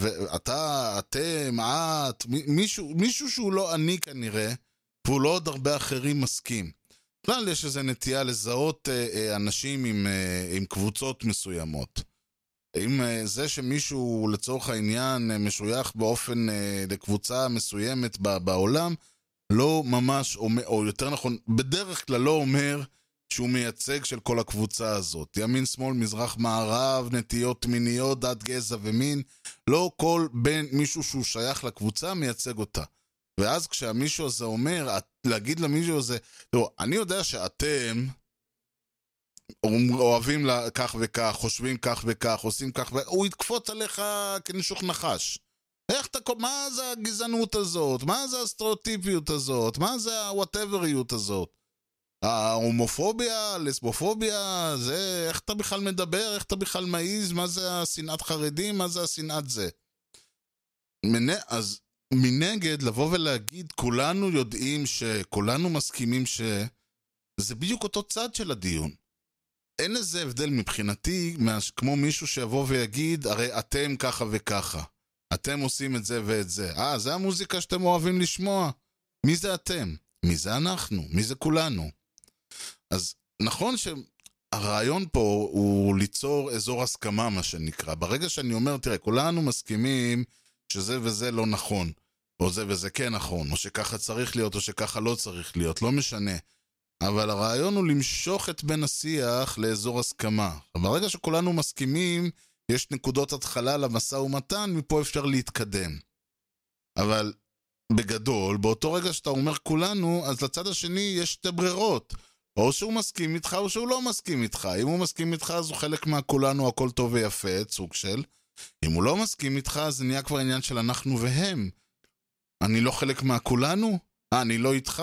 ואתה, אתם, את, מישהו, מישהו שהוא לא אני כנראה, והוא לא עוד הרבה אחרים מסכים. כלל יש איזו נטייה לזהות אנשים עם, עם קבוצות מסוימות. אם זה שמישהו לצורך העניין משוייך באופן לקבוצה מסוימת בעולם, לא ממש, או יותר נכון, בדרך כלל לא אומר שהוא מייצג של כל הקבוצה הזאת. ימין, שמאל, מזרח, מערב, נטיות מיניות, דת, גזע ומין. לא כל בין מישהו שהוא שייך לקבוצה מייצג אותה. ואז כשהמישהו הזה אומר, להגיד למישהו הזה, תראו, אני יודע שאתם אוהבים כך וכך, חושבים כך וכך, עושים כך וכך, הוא יתקפוץ עליך כנשוך נחש. איך אתה, מה זה הגזענות הזאת? מה זה הסטריאוטיפיות הזאת? מה זה ה-whateverיות הזאת? ההומופוביה, הלסבופוביה, זה, איך אתה בכלל מדבר? איך אתה בכלל מעיז? מה זה השנאת חרדים? מה זה השנאת זה? מנ... אז מנגד, לבוא ולהגיד, כולנו יודעים שכולנו מסכימים שזה בדיוק אותו צד של הדיון. אין איזה הבדל מבחינתי, כמו מישהו שיבוא ויגיד, הרי אתם ככה וככה. אתם עושים את זה ואת זה. אה, זה המוזיקה שאתם אוהבים לשמוע. מי זה אתם? מי זה אנחנו? מי זה כולנו? אז נכון שהרעיון פה הוא ליצור אזור הסכמה, מה שנקרא. ברגע שאני אומר, תראה, כולנו מסכימים שזה וזה לא נכון, או זה וזה כן נכון, או שככה צריך להיות, או שככה לא צריך להיות, לא משנה. אבל הרעיון הוא למשוך את בין השיח לאזור הסכמה. ברגע שכולנו מסכימים, יש נקודות התחלה למשא ומתן, מפה אפשר להתקדם. אבל בגדול, באותו רגע שאתה אומר כולנו, אז לצד השני יש שתי ברירות. או שהוא מסכים איתך, או שהוא לא מסכים איתך. אם הוא מסכים איתך, אז הוא חלק מהכולנו, הכל טוב ויפה, סוג של. אם הוא לא מסכים איתך, אז זה נהיה כבר עניין של אנחנו והם. אני לא חלק מהכולנו? אה, אני לא איתך?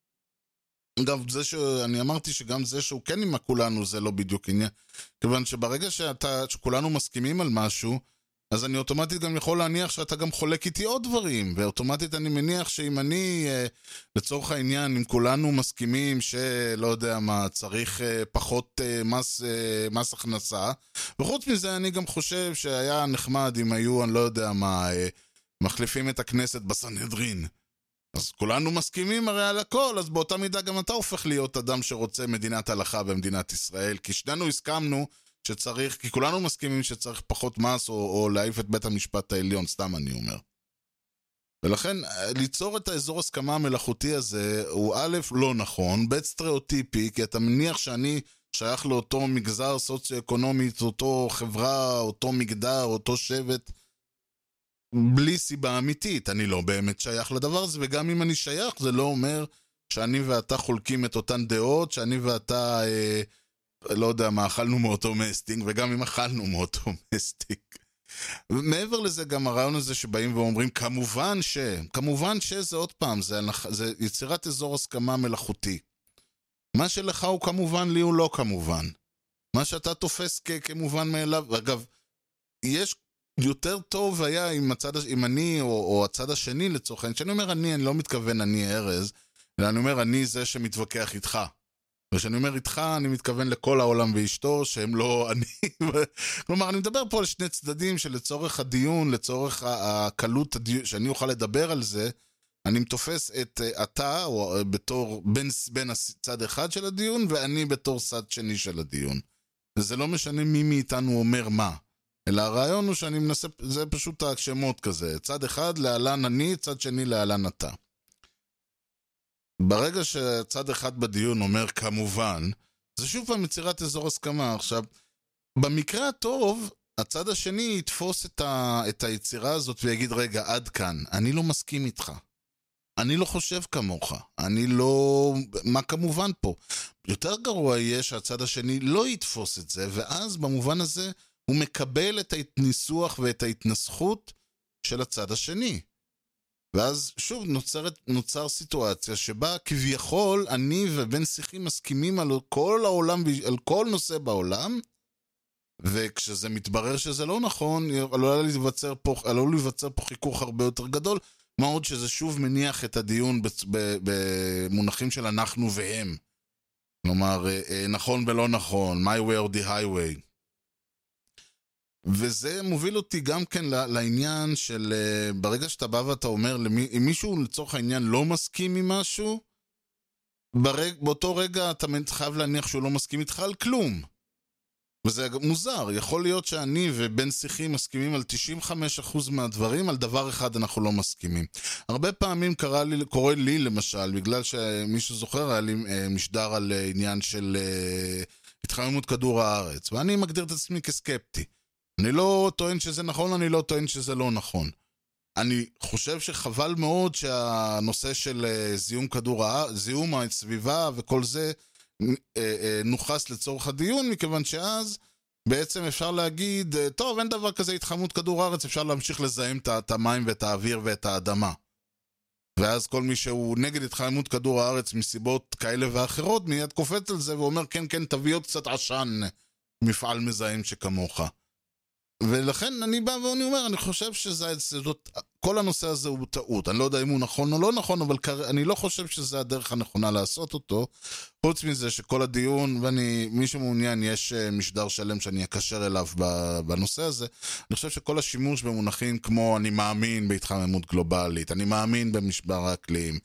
גם זה שאני אמרתי שגם זה שהוא כן עם הכולנו זה לא בדיוק עניין. כיוון שברגע שאתה, שכולנו מסכימים על משהו, אז אני אוטומטית גם יכול להניח שאתה גם חולק איתי עוד דברים, ואוטומטית אני מניח שאם אני, לצורך העניין, אם כולנו מסכימים שלא יודע מה, צריך פחות מס, מס הכנסה, וחוץ מזה אני גם חושב שהיה נחמד אם היו, אני לא יודע מה, מחליפים את הכנסת בסנהדרין. אז כולנו מסכימים הרי על הכל, אז באותה מידה גם אתה הופך להיות אדם שרוצה מדינת הלכה במדינת ישראל, כי שנינו הסכמנו שצריך, כי כולנו מסכימים שצריך פחות מס או, או להעיף את בית המשפט העליון, סתם אני אומר. ולכן ליצור את האזור הסכמה המלאכותי הזה הוא א' לא נכון, ב' סטריאוטיפי, כי אתה מניח שאני שייך לאותו מגזר סוציו-אקונומי, אותו חברה, אותו מגדר, אותו שבט, בלי סיבה אמיתית. אני לא באמת שייך לדבר הזה, וגם אם אני שייך זה לא אומר שאני ואתה חולקים את אותן דעות, שאני ואתה אה, לא יודע מה, אכלנו מאותו מסטינג, וגם אם אכלנו מאותו מסטינג. מעבר לזה גם הרעיון הזה שבאים ואומרים כמובן ש, כמובן שזה עוד פעם, זה, זה יצירת אזור הסכמה מלאכותי. מה שלך הוא כמובן, לי הוא לא כמובן. מה שאתה תופס כ- כמובן מאליו, אגב, יש יותר טוב היה אם, הצד, אם אני או, או הצד השני לצורך העניין, שאני אומר אני, אני לא מתכוון אני ארז, אלא אני אומר אני זה שמתווכח איתך. וכשאני אומר איתך, אני מתכוון לכל העולם ואשתו, שהם לא אני. כלומר, אני מדבר פה על שני צדדים שלצורך הדיון, לצורך הקלות הדיון, שאני אוכל לדבר על זה, אני מתופס את אתה, או בתור בין, בין הצד אחד של הדיון, ואני בתור צד שני של הדיון. וזה לא משנה מי מאיתנו אומר מה. אלא הרעיון הוא שאני מנסה, זה פשוט השמות כזה. צד אחד להלן אני, צד שני להלן אתה. ברגע שצד אחד בדיון אומר כמובן, זה שוב פעם יצירת אזור הסכמה. עכשיו, במקרה הטוב, הצד השני יתפוס את, ה, את היצירה הזאת ויגיד, רגע, עד כאן, אני לא מסכים איתך. אני לא חושב כמוך. אני לא... מה כמובן פה? יותר גרוע יהיה שהצד השני לא יתפוס את זה, ואז במובן הזה הוא מקבל את הניסוח ואת ההתנסחות של הצד השני. ואז שוב נוצרת, נוצר סיטואציה שבה כביכול אני ובן שיחים מסכימים על כל העולם, על כל נושא בעולם, וכשזה מתברר שזה לא נכון, עלול להיווצר פה, עלול להיווצר פה חיכוך הרבה יותר גדול, מה עוד שזה שוב מניח את הדיון במונחים של אנחנו והם. כלומר, נכון ולא נכון, my way or the highway. וזה מוביל אותי גם כן לעניין של ברגע שאתה בא ואתה אומר, אם מישהו לצורך העניין לא מסכים עם משהו, ברג, באותו רגע אתה חייב להניח שהוא לא מסכים איתך על כלום. וזה מוזר, יכול להיות שאני ובן שיחים מסכימים על תשעים וחמישה אחוז מהדברים, על דבר אחד אנחנו לא מסכימים. הרבה פעמים קרה לי, קורה לי למשל, בגלל שמישהו זוכר, היה לי משדר על עניין של התחממות כדור הארץ, ואני מגדיר את עצמי כסקפטי. אני לא טוען שזה נכון, אני לא טוען שזה לא נכון. אני חושב שחבל מאוד שהנושא של זיהום כדור הארץ, זיהום הסביבה וכל זה, נוחס לצורך הדיון, מכיוון שאז בעצם אפשר להגיד, טוב, אין דבר כזה התחממות כדור הארץ, אפשר להמשיך לזהם את המים ואת האוויר ואת האדמה. ואז כל מי שהוא נגד התחממות כדור הארץ מסיבות כאלה ואחרות, מיד קופץ על זה ואומר, כן, כן, תביא עוד קצת עשן, מפעל מזהם שכמוך. ולכן אני בא ואני אומר, אני חושב שזאת, כל הנושא הזה הוא טעות. אני לא יודע אם הוא נכון או לא נכון, אבל אני לא חושב שזה הדרך הנכונה לעשות אותו. חוץ מזה שכל הדיון, ואני, מי שמעוניין, יש משדר שלם שאני אקשר אליו בנושא הזה. אני חושב שכל השימוש במונחים כמו אני מאמין בהתחממות גלובלית, אני מאמין במשבר האקלים,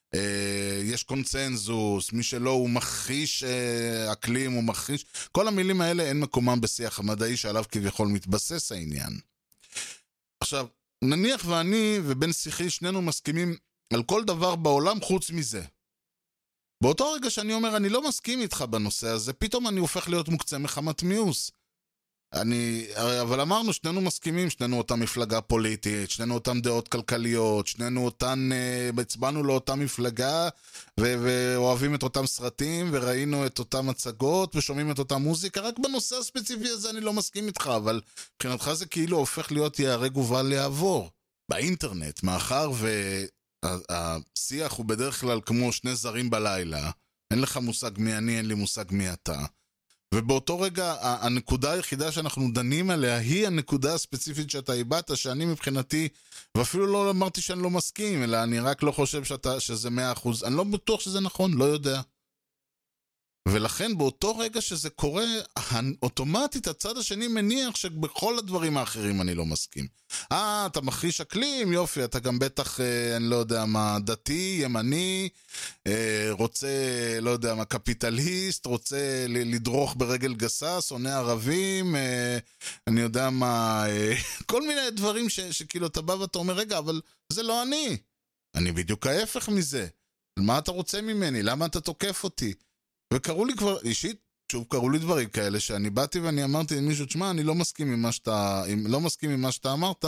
יש קונצנזוס, מי שלא הוא מכחיש אקלים, הוא מכחיש, כל המילים האלה אין מקומם בשיח המדעי שעליו כביכול מתבסס העניין. עכשיו, נניח ואני ובן שיחי שנינו מסכימים על כל דבר בעולם חוץ מזה. באותו רגע שאני אומר אני לא מסכים איתך בנושא הזה, פתאום אני הופך להיות מוקצה מחמת מיאוס. אני, אבל אמרנו, שנינו מסכימים, שנינו אותה מפלגה פוליטית, שנינו אותם דעות כלכליות, שנינו אותן, הצבענו לאותה מפלגה, ו- ואוהבים את אותם סרטים, וראינו את אותם מצגות, ושומעים את אותה מוזיקה, רק בנושא הספציפי הזה אני לא מסכים איתך, אבל מבחינתך זה כאילו הופך להיות יהרג ובל יעבור. באינטרנט, מאחר והשיח הוא בדרך כלל כמו שני זרים בלילה, אין לך מושג מי אני, אין לי מושג מי אתה, ובאותו רגע, הנקודה היחידה שאנחנו דנים עליה, היא הנקודה הספציפית שאתה איבדת, שאני מבחינתי, ואפילו לא אמרתי שאני לא מסכים, אלא אני רק לא חושב שאתה, שזה מאה אחוז, אני לא בטוח שזה נכון, לא יודע. ולכן באותו רגע שזה קורה, אוטומטית הצד השני מניח שבכל הדברים האחרים אני לא מסכים. אה, אתה מכחיש אקלים, יופי, אתה גם בטח, אה, אני לא יודע מה, דתי, ימני, אה, רוצה, לא יודע מה, קפיטליסט, רוצה לדרוך ברגל גסה, שונא ערבים, אה, אני יודע מה, אה, כל מיני דברים ש, שכאילו אתה בא ואתה אומר, רגע, אבל זה לא אני. אני בדיוק ההפך מזה. מה אתה רוצה ממני? למה אתה תוקף אותי? וקראו לי כבר, אישית, שוב, קראו לי דברים כאלה, שאני באתי ואני אמרתי למישהו, תשמע, אני לא מסכים עם מה שאתה, לא מסכים עם מה שאתה אמרת, ו-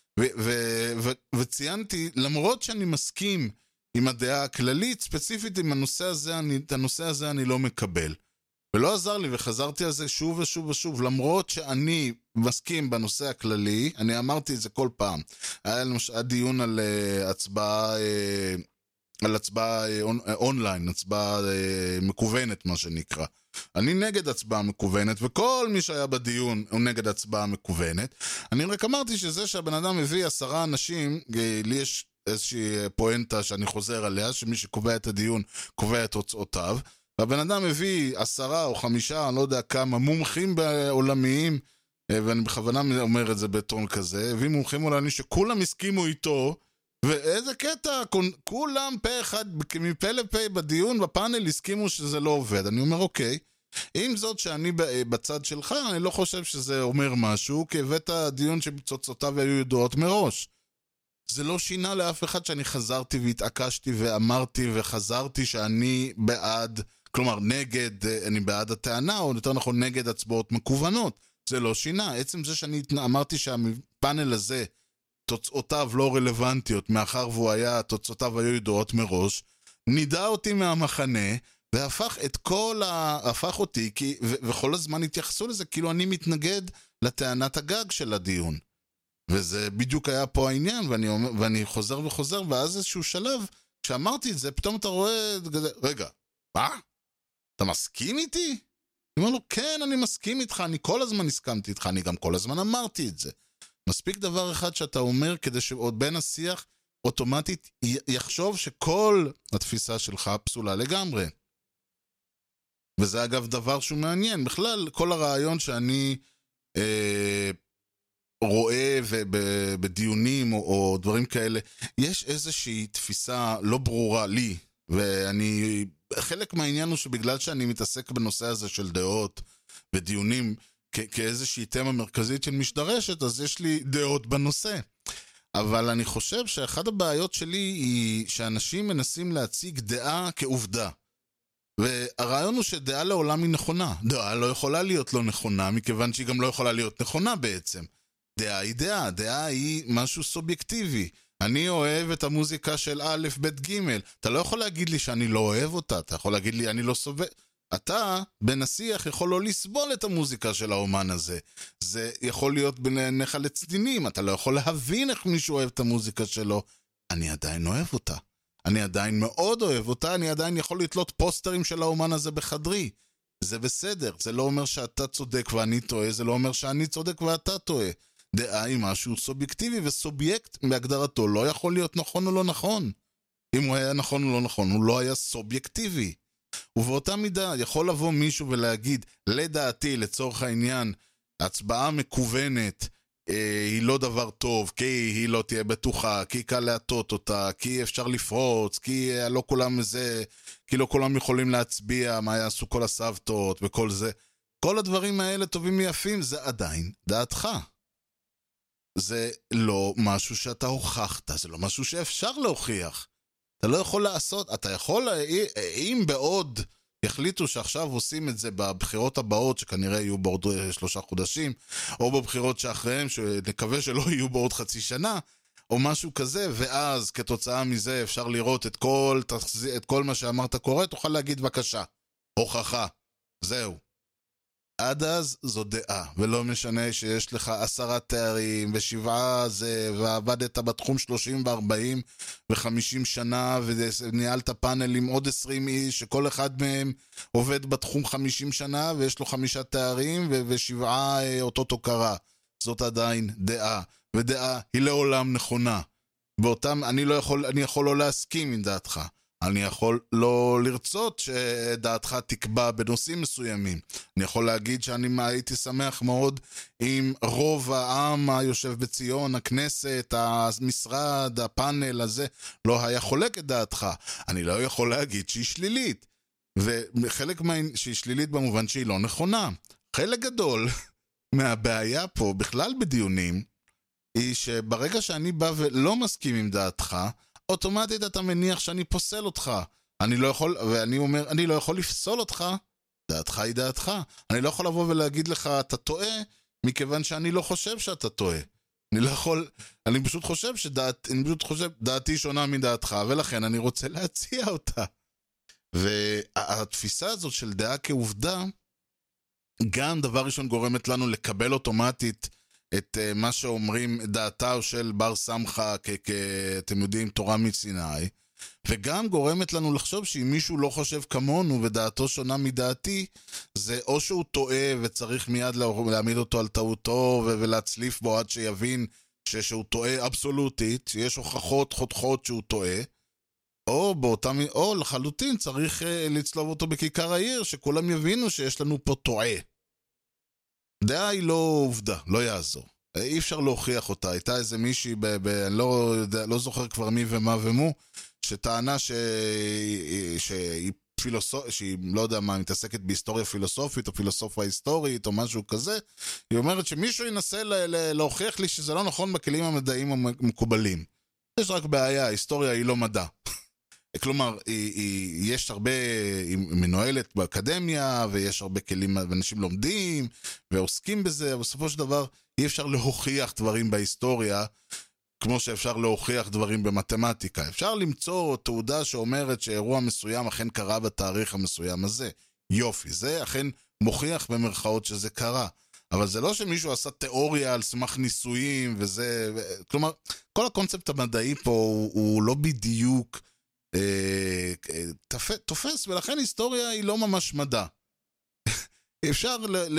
ו- ו- וציינתי, למרות שאני מסכים עם הדעה הכללית, ספציפית עם הנושא הזה, אני, את הנושא הזה אני לא מקבל. ולא עזר לי, וחזרתי על זה שוב ושוב ושוב, למרות שאני מסכים בנושא הכללי, אני אמרתי את זה כל פעם. היה למשל דיון על uh, הצבעה... Uh, על הצבעה אונליין, הצבעה מקוונת מה שנקרא. אני נגד הצבעה מקוונת, וכל מי שהיה בדיון הוא נגד הצבעה מקוונת. אני רק אמרתי שזה שהבן אדם מביא עשרה אנשים, לי יש איזושהי פואנטה שאני חוזר עליה, שמי שקובע את הדיון קובע את תוצאותיו, והבן אדם מביא עשרה או חמישה, אני לא יודע כמה, מומחים בעולמיים, ואני בכוונה אומר את זה בטון כזה, הביא מומחים עולמיים שכולם הסכימו איתו, ואיזה קטע, כולם פה אחד, מפה לפה בדיון, בפאנל, הסכימו שזה לא עובד. אני אומר, אוקיי, עם זאת שאני בצד שלך, אני לא חושב שזה אומר משהו, כי הבאת דיון שבצוצותיו היו ידועות מראש. זה לא שינה לאף אחד שאני חזרתי והתעקשתי ואמרתי וחזרתי שאני בעד, כלומר נגד, אני בעד הטענה, או יותר נכון נגד הצבעות מקוונות. זה לא שינה. עצם זה שאני אמרתי שהפאנל הזה, תוצאותיו לא רלוונטיות, מאחר והוא היה, תוצאותיו היו ידועות מראש, נידע אותי מהמחנה, והפך את כל ה... הפך אותי, כי... ו... וכל הזמן התייחסו לזה, כאילו אני מתנגד לטענת הגג של הדיון. וזה בדיוק היה פה העניין, ואני, אומר... ואני חוזר וחוזר, ואז איזשהו שלב, כשאמרתי את זה, פתאום אתה רואה, רגע, מה? אתה מסכים איתי? אני אומר לו, כן, אני מסכים איתך, אני כל הזמן הסכמתי איתך, אני גם כל הזמן אמרתי את זה. מספיק דבר אחד שאתה אומר, כדי שעוד בין השיח אוטומטית יחשוב שכל התפיסה שלך פסולה לגמרי. וזה אגב דבר שהוא מעניין. בכלל, כל הרעיון שאני אה, רואה בדיונים או, או דברים כאלה, יש איזושהי תפיסה לא ברורה לי, ואני, חלק מהעניין הוא שבגלל שאני מתעסק בנושא הזה של דעות ודיונים, כאיזושהי תמה מרכזית של משדרשת, אז יש לי דעות בנושא. אבל אני חושב שאחת הבעיות שלי היא שאנשים מנסים להציג דעה כעובדה. והרעיון הוא שדעה לעולם היא נכונה. דעה לא יכולה להיות לא נכונה, מכיוון שהיא גם לא יכולה להיות נכונה בעצם. דעה היא דעה, דעה היא משהו סובייקטיבי. אני אוהב את המוזיקה של א' ב' ג'. אתה לא יכול להגיד לי שאני לא אוהב אותה, אתה יכול להגיד לי אני לא סובל... אתה, בן השיח, יכול לא לסבול את המוזיקה של האומן הזה. זה יכול להיות בעיניך לצנינים, אתה לא יכול להבין איך מישהו אוהב את המוזיקה שלו. אני עדיין אוהב אותה. אני עדיין מאוד אוהב אותה, אני עדיין יכול לתלות פוסטרים של האומן הזה בחדרי. זה בסדר, זה לא אומר שאתה צודק ואני טועה, זה לא אומר שאני צודק ואתה טועה. דעה היא משהו סובייקטיבי, וסובייקט בהגדרתו לא יכול להיות נכון או לא נכון. אם הוא היה נכון או לא נכון, הוא לא היה סובייקטיבי. ובאותה מידה יכול לבוא מישהו ולהגיד, לדעתי, לצורך העניין, הצבעה מקוונת אה, היא לא דבר טוב, כי היא לא תהיה בטוחה, כי קל להטות אותה, כי אפשר לפרוץ, כי אה, לא כולם זה, כי לא כולם יכולים להצביע, מה יעשו כל הסבתות וכל זה. כל הדברים האלה טובים ויפים, זה עדיין דעתך. זה לא משהו שאתה הוכחת, זה לא משהו שאפשר להוכיח. אתה לא יכול לעשות, אתה יכול, אם בעוד יחליטו שעכשיו עושים את זה בבחירות הבאות, שכנראה יהיו בעוד שלושה חודשים, או בבחירות שאחריהם, שנקווה שלא יהיו בעוד חצי שנה, או משהו כזה, ואז כתוצאה מזה אפשר לראות את כל, את כל מה שאמרת קורה, תוכל להגיד בבקשה, הוכחה, זהו. עד אז זו דעה, ולא משנה שיש לך עשרה תארים ושבעה זה, ועבדת בתחום שלושים וארבעים וחמישים שנה, וניהלת פאנל עם עוד עשרים איש, שכל אחד מהם עובד בתחום חמישים שנה, ויש לו חמישה תארים ו- ושבעה אותות הוקרה. זאת עדיין דעה, ודעה היא לעולם נכונה. באותם, אני לא יכול, אני יכול לא להסכים עם דעתך. אני יכול לא לרצות שדעתך תקבע בנושאים מסוימים. אני יכול להגיד שאני הייתי שמח מאוד אם רוב העם היושב בציון, הכנסת, המשרד, הפאנל הזה, לא היה חולק את דעתך. אני לא יכול להגיד שהיא שלילית. וחלק מה... שהיא שלילית במובן שהיא לא נכונה. חלק גדול מהבעיה פה, בכלל בדיונים, היא שברגע שאני בא ולא מסכים עם דעתך, אוטומטית אתה מניח שאני פוסל אותך. אני לא יכול, ואני אומר, אני לא יכול לפסול אותך, דעתך היא דעתך. אני לא יכול לבוא ולהגיד לך, אתה טועה, מכיוון שאני לא חושב שאתה טועה. אני לא יכול, אני פשוט חושב שדעת, אני פשוט חושב, דעתי שונה מדעתך, ולכן אני רוצה להציע אותה. והתפיסה הזאת של דעה כעובדה, גם דבר ראשון גורמת לנו לקבל אוטומטית את uh, מה שאומרים דעתה של בר סמכה, כ- כ- אתם יודעים, תורה מסיני, וגם גורמת לנו לחשוב שאם מישהו לא חושב כמונו ודעתו שונה מדעתי, זה או שהוא טועה וצריך מיד להעמיד אותו על טעותו ו- ולהצליף בו עד שיבין ש- שהוא טועה אבסולוטית, שיש הוכחות חותכות שהוא טועה, או, באותם, או לחלוטין צריך uh, לצלוב אותו בכיכר העיר, שכולם יבינו שיש לנו פה טועה. דעה היא לא עובדה, לא יעזור. אי אפשר להוכיח אותה. הייתה איזה מישהי, ב- ב- אני לא, לא זוכר כבר מי ומה ומו, שטענה ש... שהיא פילוסופ... שהיא לא יודע מה, מתעסקת בהיסטוריה פילוסופית או פילוסופיה היסטורית או משהו כזה. היא אומרת שמישהו ינסה ל- ל- להוכיח לי שזה לא נכון בכלים המדעיים המקובלים. יש רק בעיה, ההיסטוריה היא לא מדע. כלומר, היא, היא, יש הרבה, היא מנוהלת באקדמיה, ויש הרבה כלים, ואנשים לומדים, ועוסקים בזה, אבל בסופו של דבר, אי אפשר להוכיח דברים בהיסטוריה, כמו שאפשר להוכיח דברים במתמטיקה. אפשר למצוא תעודה שאומרת שאירוע מסוים אכן קרה בתאריך המסוים הזה. יופי, זה אכן מוכיח במרכאות שזה קרה. אבל זה לא שמישהו עשה תיאוריה על סמך ניסויים, וזה, ו... כלומר, כל הקונספט המדעי פה הוא, הוא לא בדיוק, תופס, ולכן היסטוריה היא לא ממש מדע. אפשר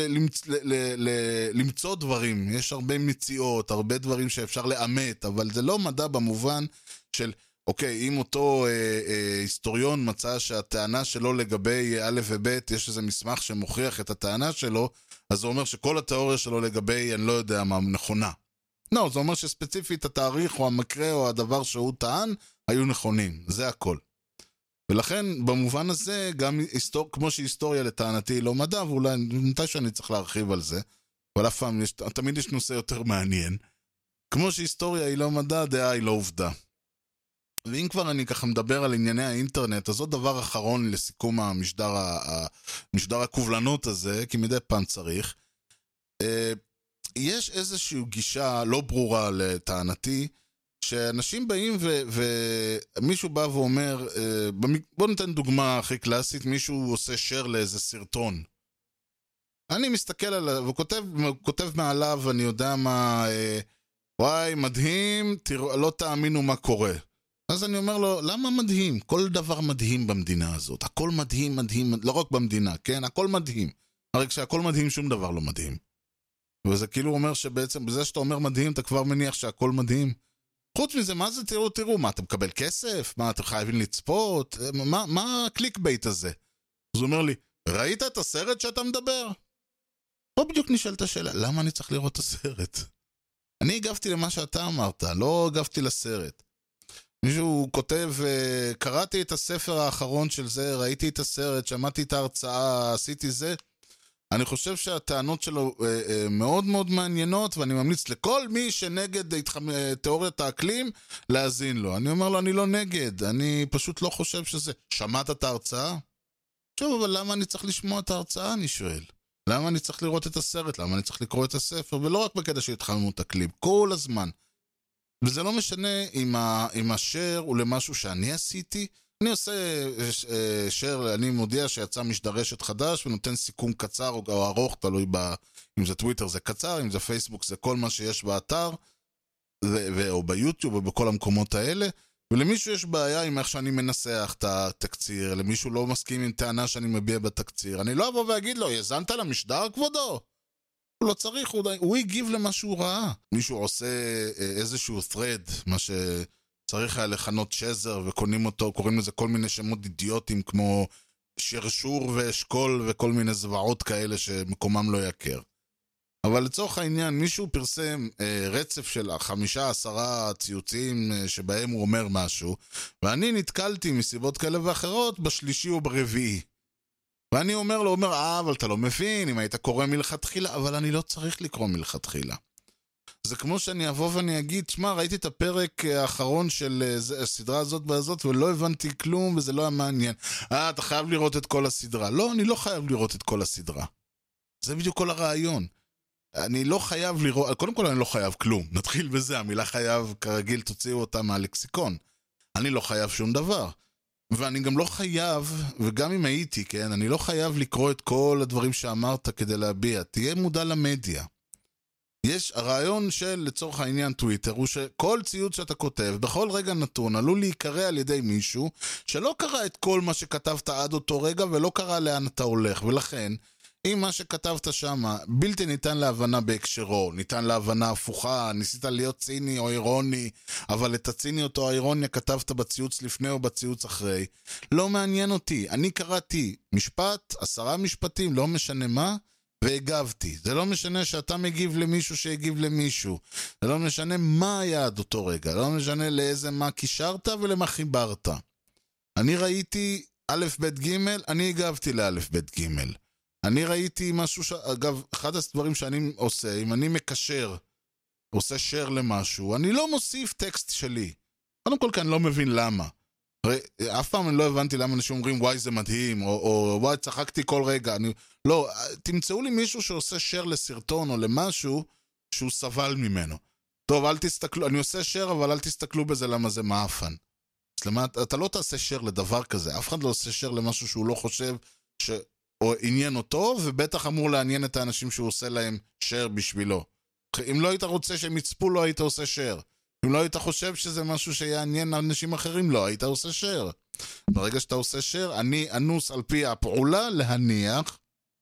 למצוא דברים, יש הרבה מציאות, הרבה דברים שאפשר לאמת, אבל זה לא מדע במובן של, אוקיי, אם אותו היסטוריון מצא שהטענה שלו לגבי א' וב' יש איזה מסמך שמוכיח את הטענה שלו, אז זה אומר שכל התיאוריה שלו לגבי, אני לא יודע מה, נכונה. לא, זה אומר שספציפית התאריך או המקרה או הדבר שהוא טען היו נכונים, זה הכל. ולכן במובן הזה, גם היסטור... כמו שהיסטוריה לטענתי לא מדע, ואולי מתי שאני צריך להרחיב על זה, אבל אף פעם יש... תמיד יש נושא יותר מעניין. כמו שהיסטוריה היא לא מדע, דעה היא לא עובדה. ואם כבר אני ככה מדבר על ענייני האינטרנט, אז עוד דבר אחרון לסיכום המשדר, ה... המשדר הקובלנות הזה, כי מדי פעם צריך, יש איזושהי גישה לא ברורה לטענתי, שאנשים באים ומישהו בא ואומר, אה, במ- בוא ניתן דוגמה הכי קלאסית, מישהו עושה share לאיזה סרטון. אני מסתכל עליו, הוא כותב, הוא כותב מעליו, אני יודע מה, אה, וואי, מדהים, תראו, לא תאמינו מה קורה. אז אני אומר לו, למה מדהים? כל דבר מדהים במדינה הזאת. הכל מדהים, מדהים, לא רק במדינה, כן? הכל מדהים. הרי כשהכל מדהים, שום דבר לא מדהים. וזה כאילו אומר שבעצם, בזה שאתה אומר מדהים, אתה כבר מניח שהכל מדהים. חוץ מזה, מה זה תראו, תראו, מה, אתה מקבל כסף? מה, אתם חייבים לצפות? מה, מה הקליק בייט הזה? אז הוא אומר לי, ראית את הסרט שאתה מדבר? לא בדיוק נשאלת השאלה, למה אני צריך לראות את הסרט? אני הגבתי למה שאתה אמרת, לא הגבתי לסרט. מישהו כותב, קראתי את הספר האחרון של זה, ראיתי את הסרט, שמעתי את ההרצאה, עשיתי זה. אני חושב שהטענות שלו מאוד מאוד מעניינות, ואני ממליץ לכל מי שנגד תיאוריית האקלים להאזין לו. אני אומר לו, אני לא נגד, אני פשוט לא חושב שזה... שמעת את ההרצאה? שוב, אבל למה אני צריך לשמוע את ההרצאה, אני שואל? למה אני צריך לראות את הסרט? למה אני צריך לקרוא את הספר? ולא רק בקטע שהתחלנו את אקלים, כל הזמן. וזה לא משנה אם, ה, אם השאר הוא למשהו שאני עשיתי. אני עושה share, אני מודיע שיצא משדרשת חדש ונותן סיכום קצר או, או ארוך, תלוי ב, אם זה טוויטר זה קצר, אם זה פייסבוק זה כל מה שיש באתר ו, ו, או ביוטיוב או בכל המקומות האלה. ולמישהו יש בעיה עם איך שאני מנסח את התקציר, למישהו לא מסכים עם טענה שאני מביע בתקציר, אני לא אבוא ואגיד לו, יזנת למשדר כבודו? הוא לא צריך, הוא, הוא הגיב למה שהוא ראה. מישהו עושה איזשהו thread, מה שצריך היה לכנות שזר, וקונים אותו, קוראים לזה כל מיני שמות אידיוטים, כמו שרשור ואשכול וכל מיני זוועות כאלה שמקומם לא יכר. אבל לצורך העניין, מישהו פרסם אה, רצף של חמישה, עשרה ציוצים אה, שבהם הוא אומר משהו, ואני נתקלתי מסיבות כאלה ואחרות בשלישי או ברביעי. ואני אומר לו, אומר, אה, אבל אתה לא מבין, אם היית קורא מלכתחילה, אבל אני לא צריך לקרוא מלכתחילה. זה כמו שאני אבוא ואני אגיד, שמה, ראיתי את הפרק האחרון של הסדרה הזאת והזאת, ולא הבנתי כלום, וזה לא היה מעניין. אה, אתה חייב לראות את כל הסדרה. לא, אני לא חייב לראות את כל הסדרה. זה בדיוק כל הרעיון. אני לא חייב לראות, קודם כל אני לא חייב כלום, נתחיל בזה, המילה חייב כרגיל תוציאו אותה מהלקסיקון. אני לא חייב שום דבר. ואני גם לא חייב, וגם אם הייתי, כן, אני לא חייב לקרוא את כל הדברים שאמרת כדי להביע. תהיה מודע למדיה. יש, הרעיון של, לצורך העניין טוויטר, הוא שכל ציוץ שאתה כותב, בכל רגע נתון, עלול להיקרא על ידי מישהו, שלא קרא את כל מה שכתבת עד אותו רגע, ולא קרא לאן אתה הולך, ולכן, אם מה שכתבת שם בלתי ניתן להבנה בהקשרו, ניתן להבנה הפוכה, ניסית להיות ציני או אירוני, אבל את הציניות או האירוניה כתבת בציוץ לפני או בציוץ אחרי, לא מעניין אותי. אני קראתי משפט, עשרה משפטים, לא משנה מה, והגבתי. זה לא משנה שאתה מגיב למישהו שהגיב למישהו. זה לא משנה מה היה עד אותו רגע. לא משנה לאיזה מה קישרת ולמה חיברת. אני ראיתי א' ב' ג', אני הגבתי לא' ב' ג'. אני ראיתי משהו, ש... אגב, אחד הדברים שאני עושה, אם אני מקשר, עושה share למשהו, אני לא מוסיף טקסט שלי. קודם כל, כי אני לא מבין למה. הרי, אף פעם אני לא הבנתי למה אנשים אומרים, וואי זה מדהים, או, או וואי צחקתי כל רגע. אני... לא, תמצאו לי מישהו שעושה share לסרטון או למשהו שהוא סבל ממנו. טוב, אל תסתכלו, אני עושה share, אבל אל תסתכלו בזה למה זה מאפן. למה, אתה לא תעשה share לדבר כזה, אף אחד לא עושה share למשהו שהוא לא חושב ש... או עניין אותו, ובטח אמור לעניין את האנשים שהוא עושה להם share בשבילו. אם לא היית רוצה שהם יצפו, לא היית עושה share. אם לא היית חושב שזה משהו שיעניין אנשים אחרים, לא היית עושה share. ברגע שאתה עושה share, אני אנוס על פי הפעולה להניח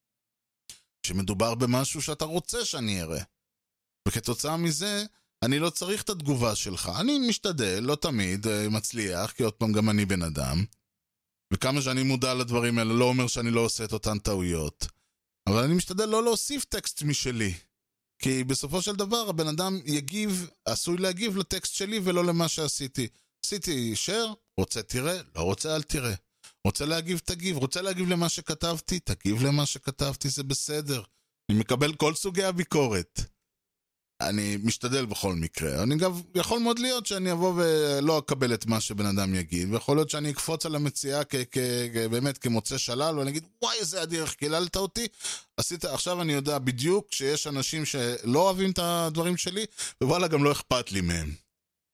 שמדובר במשהו שאתה רוצה שאני אראה. וכתוצאה מזה, אני לא צריך את התגובה שלך. אני משתדל, לא תמיד מצליח, כי עוד פעם גם אני בן אדם. וכמה שאני מודע לדברים האלה, לא אומר שאני לא עושה את אותן טעויות. אבל אני משתדל לא להוסיף טקסט משלי. כי בסופו של דבר, הבן אדם יגיב, עשוי להגיב לטקסט שלי ולא למה שעשיתי. עשיתי share, רוצה תראה, לא רוצה אל תראה. רוצה להגיב, תגיב. רוצה להגיב למה שכתבתי, תגיב למה שכתבתי, זה בסדר. אני מקבל כל סוגי הביקורת. אני משתדל בכל מקרה. אני גם יכול מאוד להיות שאני אבוא ולא אקבל את מה שבן אדם יגיד, ויכול להיות שאני אקפוץ על המציאה כ- כ- באמת כמוצא שלל, ואני אגיד, וואי, איזה אדיר, איך קיללת אותי. עשית, עכשיו אני יודע בדיוק שיש אנשים שלא אוהבים את הדברים שלי, ווואלה, גם לא אכפת לי מהם.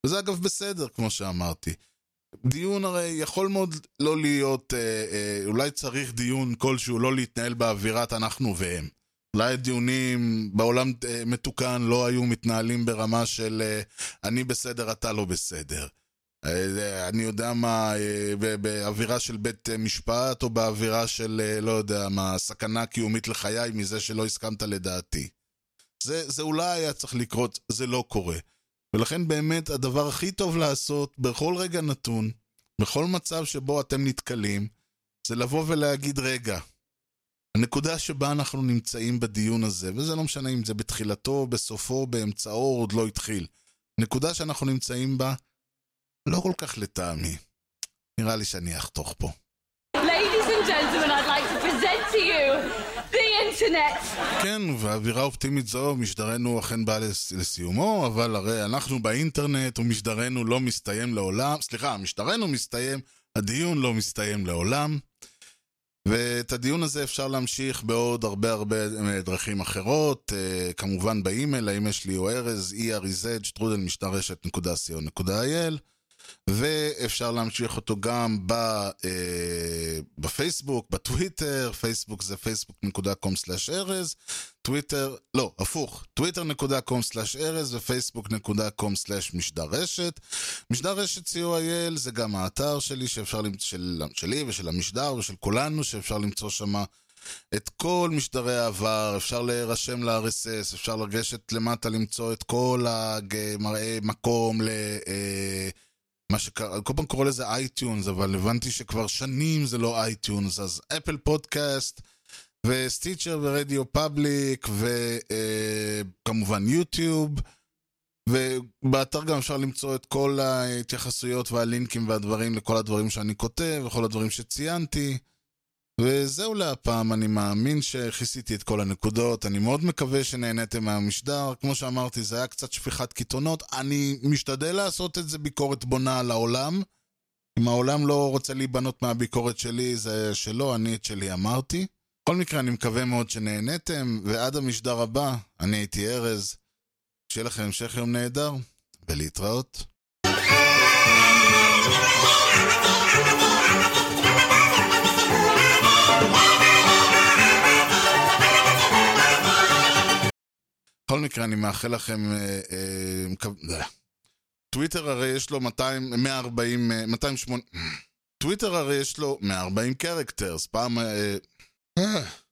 וזה אגב בסדר, כמו שאמרתי. דיון הרי יכול מאוד לא להיות, אה, אה, אולי צריך דיון כלשהו, לא להתנהל באווירת אנחנו והם. אולי דיונים בעולם אה, מתוקן לא היו מתנהלים ברמה של אה, אני בסדר, אתה לא בסדר. אה, אני יודע מה, אה, באווירה של בית משפט, או באווירה של, אה, לא יודע מה, סכנה קיומית לחיי מזה שלא הסכמת לדעתי. זה, זה אולי היה צריך לקרות, זה לא קורה. ולכן באמת הדבר הכי טוב לעשות בכל רגע נתון, בכל מצב שבו אתם נתקלים, זה לבוא ולהגיד רגע, הנקודה שבה אנחנו נמצאים בדיון הזה, וזה לא משנה אם זה בתחילתו, בסופו, באמצעו, עוד לא התחיל. נקודה שאנחנו נמצאים בה, לא כל כך לטעמי. נראה לי שאני אחתוך פה. Ladies and gentlemen, I'd like to present to you the internet. כן, והאווירה אופטימית זו, משדרנו אכן בא לס... לסיומו, אבל הרי אנחנו באינטרנט, ומשדרנו לא מסתיים לעולם, סליחה, משדרנו מסתיים, הדיון לא מסתיים לעולם, ואת הדיון הזה אפשר להמשיך בעוד הרבה הרבה דרכים אחרות, כמובן באימייל, האם יש לי או ארז, אי אר זד, שטרודל משדרשת נקודה סי או נקודה איי אל, ואפשר להמשיך אותו גם ב, אה, בפייסבוק, בטוויטר, פייסבוק זה פייסבוק נקודה קום סלש ארז, טוויטר, לא, הפוך, טוויטר נקודה קום סלש ארז ופייסבוק נקודה קום סלש משדר רשת. משדר רשת סי או איי אל זה גם האתר שלי, שאפשר למצוא, של, שלי ושל המשדר ושל כולנו, שאפשר למצוא שם את כל משדרי העבר, אפשר להירשם ל-אר אס אס, אפשר לגשת למטה למצוא את כל המראה מקום ל... אה, מה שקרה, כל פעם קורא לזה אייטיונס, אבל הבנתי שכבר שנים זה לא אייטיונס, אז אפל פודקאסט, וסטיצ'ר ורדיו פאבליק, וכמובן יוטיוב, ובאתר גם אפשר למצוא את כל ההתייחסויות והלינקים והדברים לכל הדברים שאני כותב, וכל הדברים שציינתי, וזהו להפעם, אני מאמין שכיסיתי את כל הנקודות, אני מאוד מקווה שנהניתם מהמשדר, כמו שאמרתי זה היה קצת שפיכת קיתונות, אני משתדל לעשות את זה ביקורת בונה על העולם, אם העולם לא רוצה להיבנות מהביקורת שלי זה שלא, אני את שלי אמרתי, בכל מקרה אני מקווה מאוד שנהניתם, ועד המשדר הבא, אני הייתי ארז, שיהיה לכם המשך יום נהדר, ולהתראות. בכל מקרה אני מאחל לכם אה, אה, טוויטר הרי יש לו מאתיים, מאה וארבעים, מאתיים ושמונים טוויטר הרי יש לו מאה וארבעים קרקטרס פעם אה, אה,